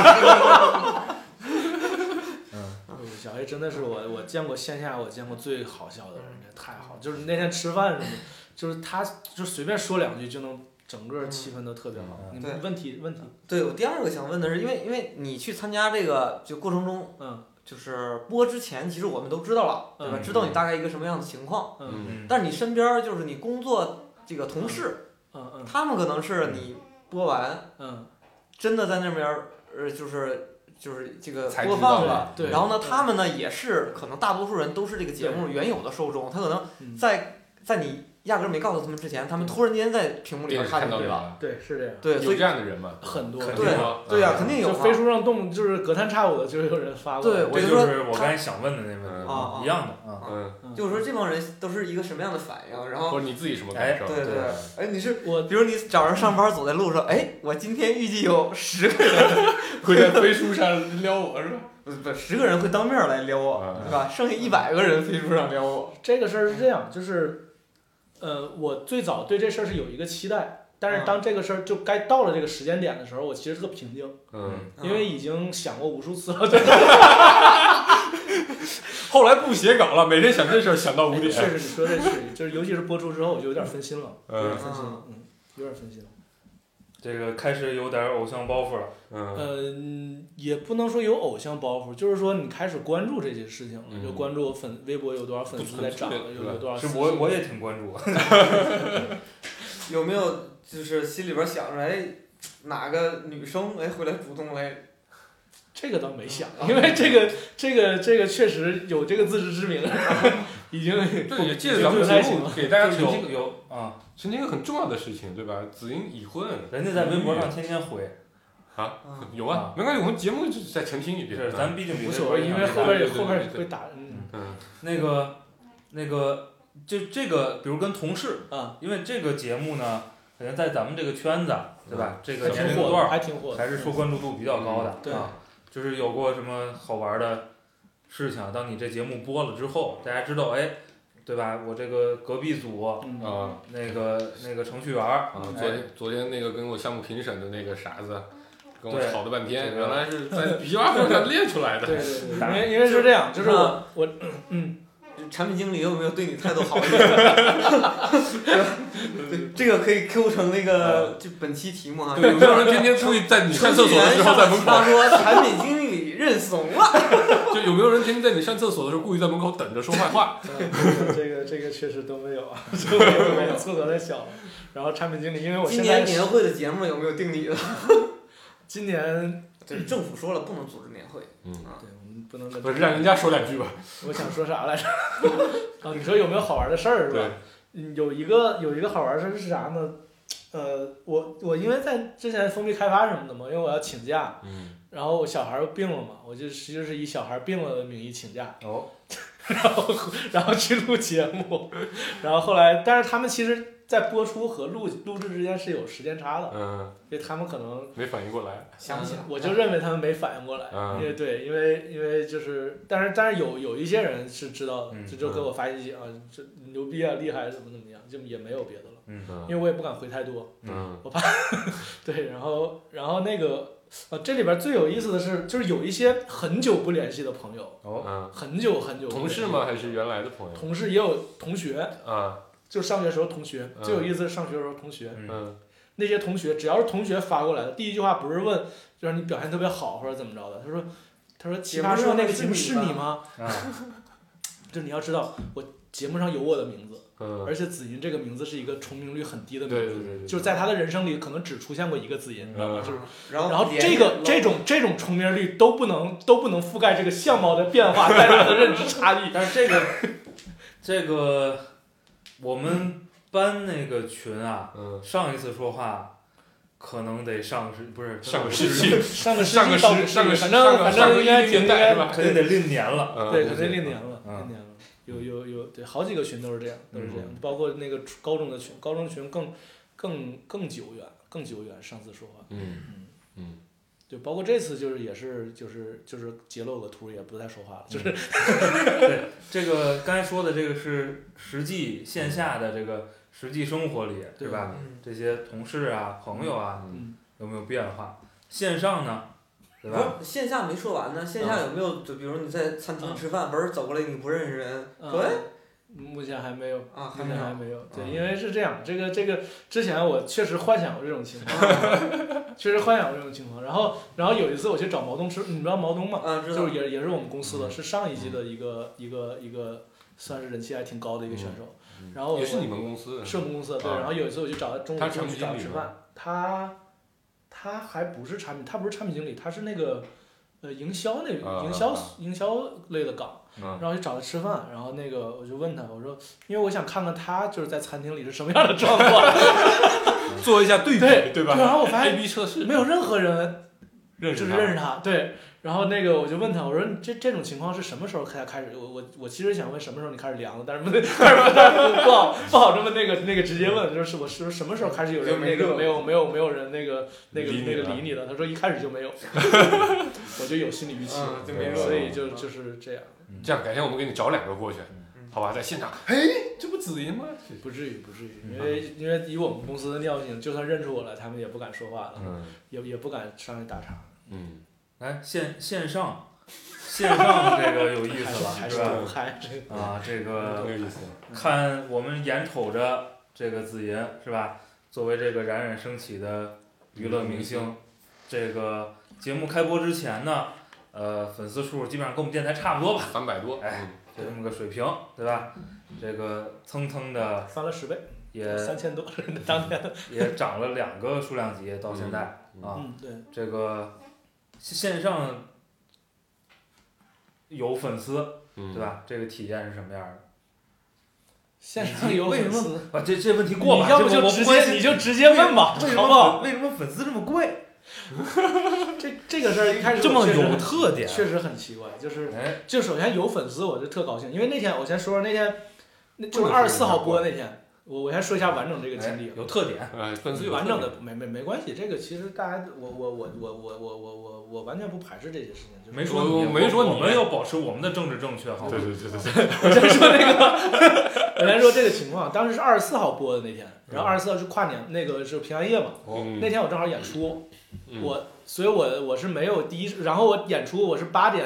小黑真的是我见过线下我见过最好笑的人，这太好，就是那天吃饭什么，就是他就随便说两句就能整个气氛都特别好。
对，
问题。
对，我第二个想问的是，因为你去参加这个就过程中，就是播之前，其实我们都知道了，对吧？知道你大概一个什么样的情况。但是你身边就是你工作这个同事，他们可能是你播完，真的在那边就是这个播放了，然后呢，他们呢也是可能大多数人都是这个节目原有的受众，他可能在你压根没告诉他们之前，他们突然间在屏幕里边看到对吧？
对，是这样。
对，
有这样的人吗？
很多。
对呀，肯定有。
就飞书上动就是隔三差五的就有人发过。
对，
这就是我刚才想问的那问题，一样
的。就是说这帮人都是一个什么样的反应，然后
或者你自己什么感受？
对，你是比如你早上上班走在路上，我今天预计有10个人
会在飞书上撩我是吧？
不，10个人会当面来撩我，是吧？剩下100个人飞书上撩我。
这个事儿是这样，就是，我最早对这事儿是有一个期待，但是当这个事儿就该到了这个时间点的时候，我其实特平静，因为已经想过无数次了。
后来不写稿了，每天想这事儿想到5点。
确实，你说这是，就是尤其是播出之后，我就有点分心了，有点分心了。
这个开始有点偶像包袱了。
也不能说有偶像包袱，就是说你开始关注这些事情了，就关注微博有多少粉丝在涨，有多少。
是我也挺关注。
有没有就是心里边想着，哪个女生回来主动来？
这个倒没想，因为这个确实有这个自知之明，已经
对，也借着咱们节目给大家澄清
澄
清一个很重要的事情，对吧？子英已婚，
人家在微博上天天回。
有啊，没关系，我们节目就再澄清一遍。
是，咱毕竟
无所谓，因为后边会打。
那个，就这个，比如跟同事因为这个节目呢，可能在咱们这个圈子，对吧？这个年龄段
还挺火的，
还是受关注度比较高的。
对。
就是有过什么好玩的事情，当你这节目播了之后，大家知道，对吧？我这个隔壁组那个程序员
昨天那个跟我项目评审的那个傻子，跟我吵了半天，原来是在笔记本上练出来的。
对，因为是这样，就是我
产品经理有没有对你态度好一点？对，这个可以 Q 成那个就本期题目哈。
对，有没有人天天故意在你上厕所的时候在门口？
他说产品经理认怂了。
就有没有人天天在你上厕所的时候故意在门口等着说坏话？
这个确实都没有啊，都没有，厕所太小了。然后产品经理，因为我
今
现在
年年会的节目有没有定你的？
今年
对政府说了不能组织年会。
对，我们不能跟。
不是让人家说2句吧？
我想说啥来着？啊，你说有没有好玩的事儿是吧？有一个好玩的事儿是啥呢？我因为在之前封闭开发什么的嘛，因为我要请假，然后我小孩又病了嘛，我就实际是以小孩病了的名义请假，然后去录节目，然后后来，但是他们其实在播出和录制之间是有时间差的，因为他们可能
没反应过来，
想不起来，
我就认为他们没反应过来，因为就是，但是有一些人是知道的，就给我发信息啊，这牛逼啊，厉害怎么样，就也没有别的了，因为我也不敢回太多，我怕，对，然后那个。这里边最有意思的是，就是有一些很久不联系的朋友，很久
同事吗？还是原来的朋友？
同事也有同学就上学时候同学，最有意思是上学时候同学，那些同学只要是同学发过来的，第一句话不是问就是你表现特别好或者怎么着的，他说奇葩说那个节目是你吗？就你要知道，我节目上有我的名字。而且子银这个名字是一个重名率很低的名字，
对，
就是在他的人生里可能只出现过一个子银，你知道吗？就是
然
后这种重名率都不能覆盖这个相貌的变化带来的认知差异。
但是这个我们班那个群啊，上一次说话可能得上个世纪，
反正应该
肯定得历年了，
对，肯定历年了。有对，好几个群都是这样，包括那个高中的群，高中群更久远，上次说话，就包括这次也是截了个图也不再说话了，就是
对这个刚才说的这个是实际线下的这个实际生活里，对吧？这些同事啊、朋友啊，有没有变化？线上呢？对吧？
不是线下没说完呢，线下有没有就比如你在餐厅吃饭，不是走过来你不认识人，说哎，
目前还没有
啊，
还没有。对，因为是这样，这个之前我确实幻想过这种情况，然后有一次我去找毛东吃，你知道毛东吗？就是也是我们公司的，是上一季的一个算是人气还挺高的一个选手。然后
也是你们公司的。
是我们公司的，对。然后有一次我去找他，中午去找他吃饭，他还不是产品，他不是产品经理，他是那个营销类的岗，然后去找他吃饭，然后那个我就问他，我说，因为我想看看他就是在餐厅里是什么样的状况，
做一下对比，对吧？
然后我发现
A/B 测试，
没有任何人
认识
他，对。然后那个我就问他，我说这种情况是什么时候才开始？我其实想问什么时候你开始凉了，但是不好这么那个直接问，就是我是什么时候开始有人那个没有人那个理你的？他说一开始就没有，我就有心理预期，所以就是这样。
这样改天我们给你找2个过去，好吧，在现场，哎，这不子银吗？
不至于，因为以我们公司的尿性，就算认出我来，他们也不敢说话的，也不敢上去打岔。
来线上这个有意思了，是吧？啊，这个看我们眼瞅着这个子银是吧？作为这个冉冉升起的娱乐明星，这个节目开播之前呢，粉丝数基本上跟我们电台差不多吧
，300多，
哎，就这么个水平，对吧？这个蹭的
翻了10倍，
也
3000多，当天
也涨了2个数量级到现在啊，
对，
这个。线上有粉丝，对吧？这个体验是什么样的？
线上有粉丝
啊，这问题过吧？
你要不就直接问吧，好不好？
为什么粉丝这么贵？
这个事儿一开始
这么有特点，
确实很奇怪。就首先有粉丝，我就特高兴，因为那天我先说那天，就是24号播那天。我先说一下完整这个经历，
有特点，
粉丝有
完整的没关系，这个其实大家我完全不排斥这些事情，
没说我们要保持我们的政治正确，好吗？
对。
我先说我先说这个情况，当时是24号播的那天，然后24号是跨年，那个是平安夜嘛，那天我正好演出，所以我是没有然后我演出我是8点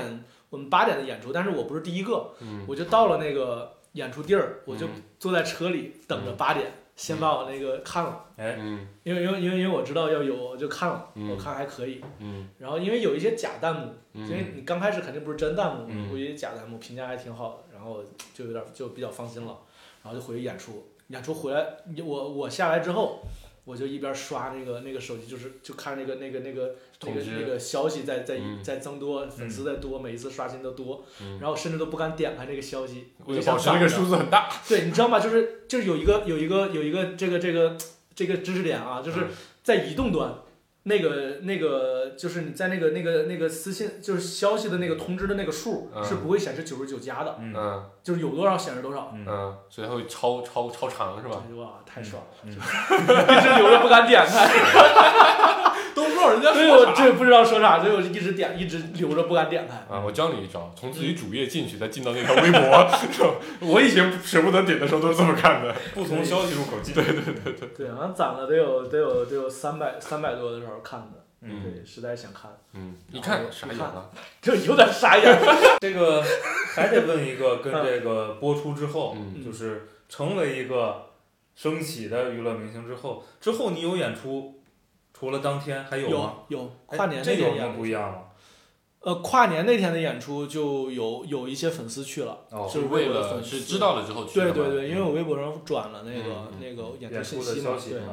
我们8点的演出，但是我不是第一个，我就到了那个演出地儿，我就坐在车里等着8点，先把我那个看了，因为我知道要有，我就看了，我看还可以，然后因为有一些假弹幕，因为你刚开始肯定不是真弹幕，估计假弹幕评价还挺好的，然后就比较放心了，然后就回去演出回来，我下来之后。我就一边刷那个手机，就看那个消息在增多，粉丝在多，每一次刷新都多，然后甚至都不敢点开这个消息，
我就保持那个数字很大。
对，你知道吗？就是有一个这个知识点啊，就是在移动端。那个就是你在那个私信就是消息的那个通知的那个数是不会显示99加的，就是有多少显示多少，
所以它会超长是吧？
哇，太爽了，一直留着不敢点开，
都不知道人家
说啥，所以我这不知道说啥，所以我就一直留着不敢点开。
我教你一招，从自己主页进去，再进到那条微博。我以前舍不得点的时候都是这么干的，
不从消息入口进。
对。
对，好像攒了得有300多的时候看的，对，实在想看。
你看傻眼了，
这有点傻眼。
这个还得问一个，跟这个播出之后，就是成为一个升起的娱乐明星之后你有演出，除了当天还有吗？
有跨年那天演
出不一样吗？
跨年那天的演出就有一些粉丝去了，就是
为了是知道了之后去的。
对，因为我微博上转了那个演出信息嘛，对。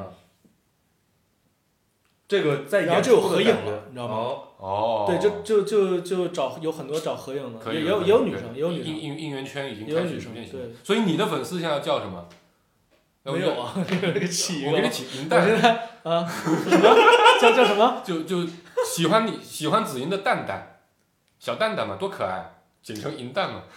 这个在
然后就有合影了，你知道吗？对，就有很多找合影的，也有女生，也有女生。
应援圈已经开始
逐渐
对。所以你的粉丝现在叫什么？
没有啊，这个起一个。
我给你起银蛋。
什么？叫什么？
就喜欢子莹的蛋蛋，小蛋蛋嘛，多可爱，简称银蛋嘛。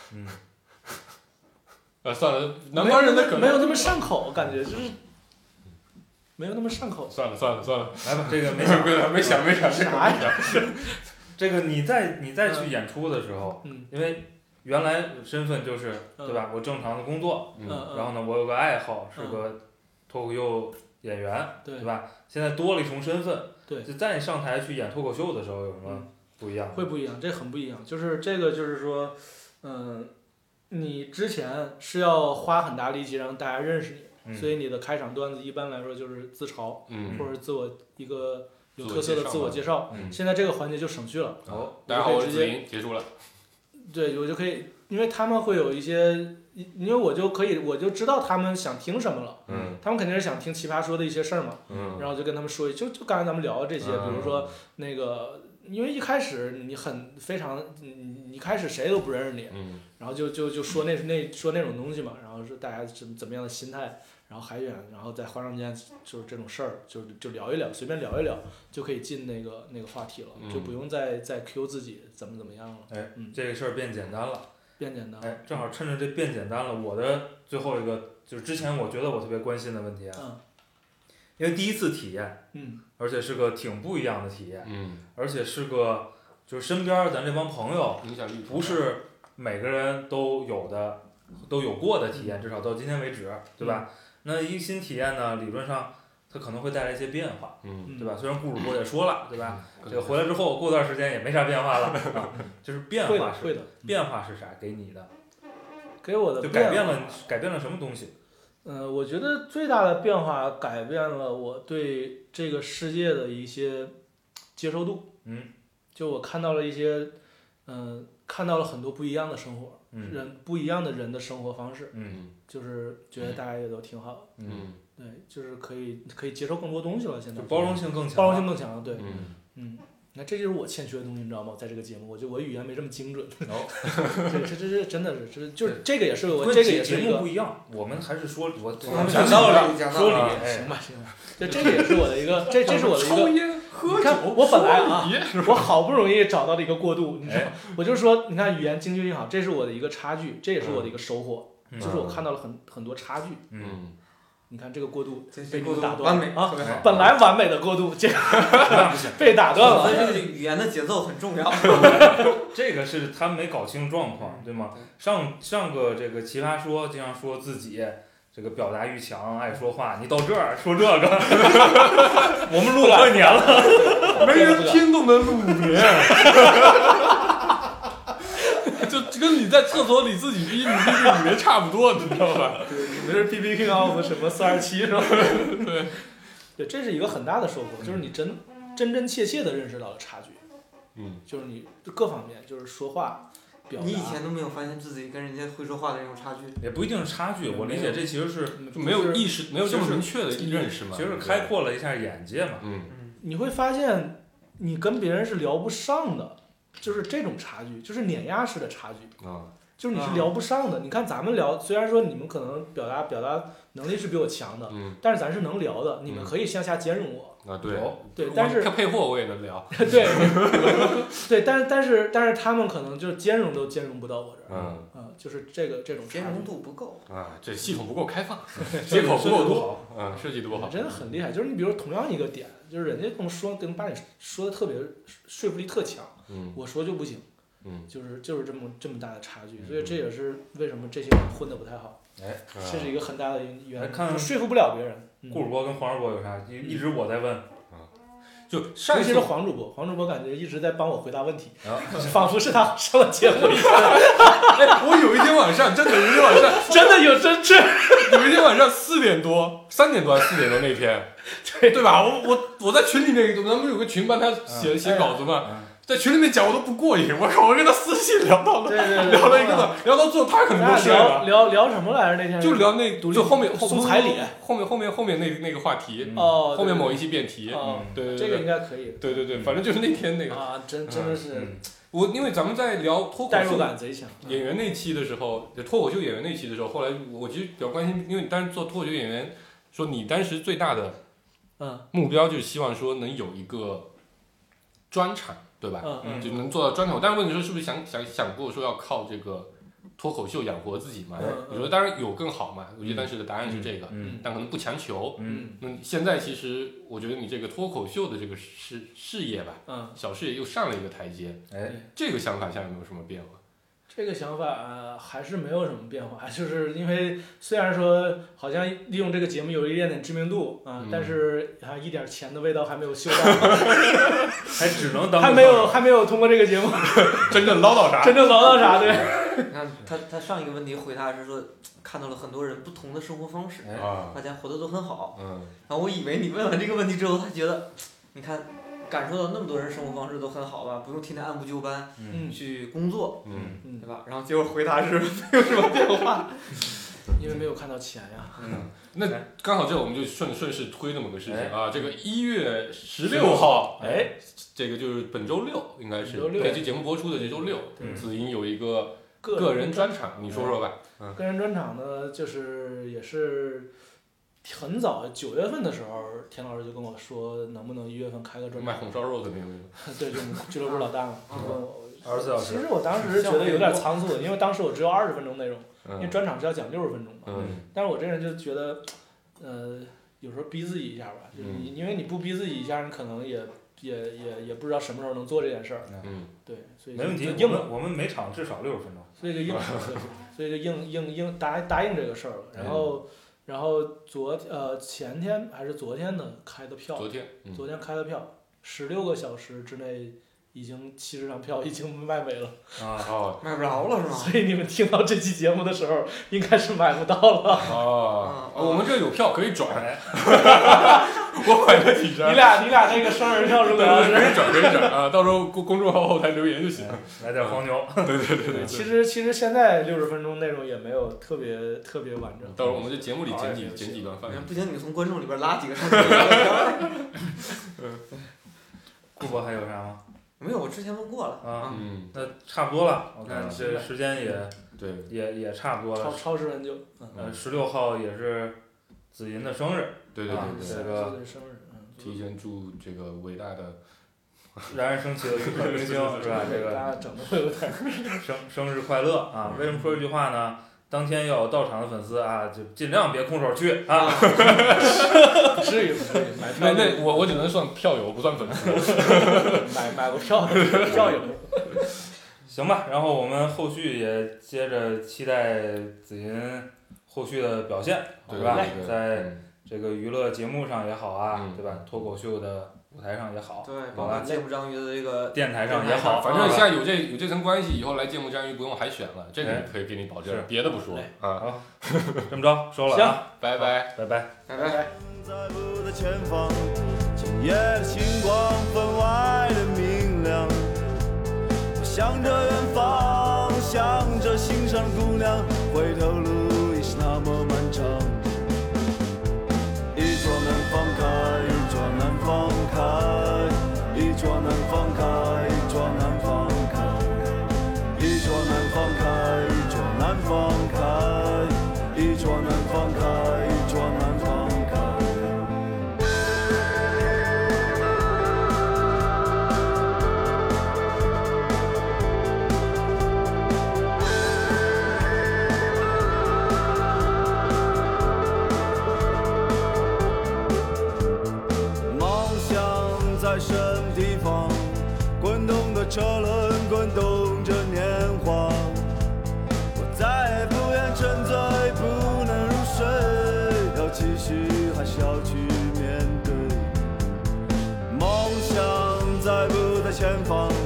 算了，南方人的梗
没有那么上口，感觉就是。没有那么上口。
算了，
来吧，这个
没想
啥呀？
这个你再去演出的时候，因为原来身份就是对吧？我正常的工作，然后呢，我有个爱好是个脱口秀演员，对吧？现在多了一重身份，
对，
就在你上台去演脱口秀的时候有什么不一样？
会不一样，这很不一样。就是这个，就是说，你之前是要花很大力气让大家认识你。所以你的开场段子一般来说就是自嘲，或者自我一个有特色的自我介绍。现在这个环节就省去了。
大家好，我是子莹，结束了。
对，我就可以，因为他们会有一些，因为我就知道他们想听什么了。他们肯定是想听奇葩说的一些事儿嘛。然后就跟他们说，就刚才咱们聊的这些，比如说那个，因为一开始你一开始谁都不认识你，然后就说说那种东西嘛，然后说大家怎么样的心态。然后海远，然后在花上间就是这种事儿，就聊一聊，随便聊一聊，就可以进那个话题了，就不用再 Q 自己怎么样了。
这个事儿变简单了。
变简单。
正好趁着这变简单了，我的最后一个就是之前我觉得我特别关心的问题因为第一次体验，而且是个挺不一样的体验，而且是个就是身边咱这帮朋友不是每个人都有过的体验，至少到今天为止，对吧？那一新体验呢，理论上它可能会带来一些变化，对吧？虽然顾主播也说了，对吧？这个回来之后过段时间也没啥变化了，就是变化
会的。
变化是啥？给你的？
给我的
就改变了什么东西？
我觉得最大的变化改变了我对这个世界的一些接受度。就我看到了一些，看到了很多不一样的生活，不一样的人的生活方式。就是觉得大家也都挺好的。对，就是可以接受更多东西了。现在
就包容性更强。
对。那这就是我欠缺的东西，你知道吗？在这个节目，我觉得我语言没这么精准。这真的是，就是这个也是我这个也是
节目不一样。我们还是说我
讲道理，行吧。这个也是我的一个，这是我的一个。
抽烟喝酒，
我本来我好不容易找到了一个过渡，你知道吗？我就说，你看语言精确性好，这是我的一个差距，这也是我的一个收获。就是我看到了很多差距。你看这个过渡被你打断
了
本来完美的过渡，这个被打断了。
所以这个语言的节奏很重要。
这个是他们没搞清状况，对吗？上个这个奇葩说经常说自己这个表达欲强，爱说话，你到这儿说这个，我们录5年了，
没人听都能录5年。 就跟你在厕所里自己逼你那个语言差不多，你知道吧？
对，你们是 BB King of 什么427是吧？
对，
对，这是一个很大的收获，就是你真切切的认识到了差距。就是你各方面，就是说话。
你以前都没有发现自己跟人家会说话的那种差距？
也不一定是差距，我理解这其实是
就没有意识，没有这么明确的认识嘛。
其实是开阔了一下眼界嘛。
你会发现你跟别人是聊不上的，就是这种差距，就是碾压式的差距。就是你是聊不上的。你看咱们聊，虽然说你们可能表达能力是比我强的，但是咱是能聊的，你们可以向下兼容我。对，但是
配货我也能聊。
对，但是他们可能就是兼容都兼容不到我这儿。就是这种
兼容度不够
啊，这系统不够开放，接口不够多，设计的不好，
真的很厉害。就是你比如同样一个点，就是人家把你说的特别说服力特强，我说就不行。就是这么大的差距，所以这也是为什么这些人混得不太好。这是一个很大的原因，就说服不了别人。
顾主播跟黄主播有啥？一直我在问。
就上一次
尤其是黄主播感觉一直在帮我回答问题，仿佛是他上了节目一样。
我有一天晚上真的有一天晚上4点多4点多那天，对吧？我在群里面，咱们有个群帮他写稿子嘛。在群里面讲我都不过瘾，我靠！我跟他私信聊到了，聊了一个多，聊到最后他可能都睡了。
聊什么来着？那天
就聊就后面
送彩礼，
后面那个话题，后面某一期辩题，对，
这个应该可以。
对，反正就是那天那个
啊，真的是。
因为咱们在聊脱口秀
代入感贼强
演员那期的时候，脱口秀演员那期的时候，后来我其实比较关心，因为你当时做脱口秀演员，说你当时最大的目标就是希望说能有一个专场。对吧？就能做到专场。但是问题说，是不是想过说要靠这个脱口秀养活自己嘛？我觉得当然有更好嘛。我觉得当时的答案是这个，但可能不强求。那现在其实我觉得你这个脱口秀的这个事业吧，小事业又上了一个台阶。这个想法现在有没有什么变化？
这个想法还是没有什么变化，就是因为虽然说好像利用这个节目有一点点知名度但是一点钱的味道还没有嗅到，
还只能当
还没有通过这个节目
真正捞到啥，
对。
你看他上一个问题回答是说看到了很多人不同的生活方式，大家活得都很好，然后我以为你问完这个问题之后，他觉得你看。感受到那么多人生活方式都很好吧，不用天天按部就班去工作，对吧？然后结果回答是没有什么变化，
因为没有看到钱呀。
那刚好这我们就顺势推这么个事情啊，这个1月16号，这个就是本周六，应该是这期节目播出的这周六，子英有一个个人专场，你说说吧。
个人专场呢，就是也是。很早9月份的时候，田老师就跟我说，能不能1月份开个专场？
卖红烧肉的那个。
对，就俱乐部老大嘛，问我。
24小时。
其实我当时觉得有点仓促，因为当时我只有20分钟内容，因为专场是要讲60分钟嘛。但是我这人就觉得，有时候逼自己一下吧，就是因为你不逼自己一下，你可能也不知道什么时候能做这件事儿。对，所以
没问题，我们每场至少60分钟。
所以就硬答应这个事儿了，然后前天还是昨天的开的票，昨天开的票，16个小时之内已经70张票已经卖没了。
卖不着了是吗？
所以你们听到这期节目的时候，应该是买不到了。
我们这有票可以转。我买了几张。
你俩那个双人票如果要是
可以转啊，到时候公众号后台留言就行。
来点黄牛。
对。
其实现在60分钟内容也没有特别完整。
到时候我们这节目里剪几段饭。
不行，你从观众里边拉几个上去聊天。
顾博还有啥吗？
没有，我之前问过了。
那差不多了，我看这时间也差不多了。
超时很久。
16号也是子银的生日。
对，
这个
提前祝这个伟大的
冉冉升起的足球明星是吧？这个
大家整的会有点
生日快乐啊！为什么说这句话呢？当天要有到场的粉丝啊，就尽量别空手去啊！
不至于买票。
那我只能算票友，不算粉丝。
买过票友。
行吧，然后我们后续也接着期待子银后续的表现，对吧？在这个娱乐节目上也好啊，对吧？脱口秀的舞台上也好，
对，包括芥末章鱼的这个
电台上也好，
反正现在有这层关系，以后来芥末章鱼不用海选了，这个可以给你保证，别的不说啊。
好，这么着收了啊，
拜拜
拜拜
拜拜。
在路的前方，今夜的星光分外的明亮。我向着远方，向着心上的姑娘，回头路已是那么漫长。一桌难放开，一桌难放开，一桌难放开，一桌难放开，一桌难放开，一桌难放开，一桌难放开，一桌难放开。在什么地方？滚动的车轮滚动着年华，我再也不愿沉醉，不能入睡，要继续还是要去面对？梦想在不在前方？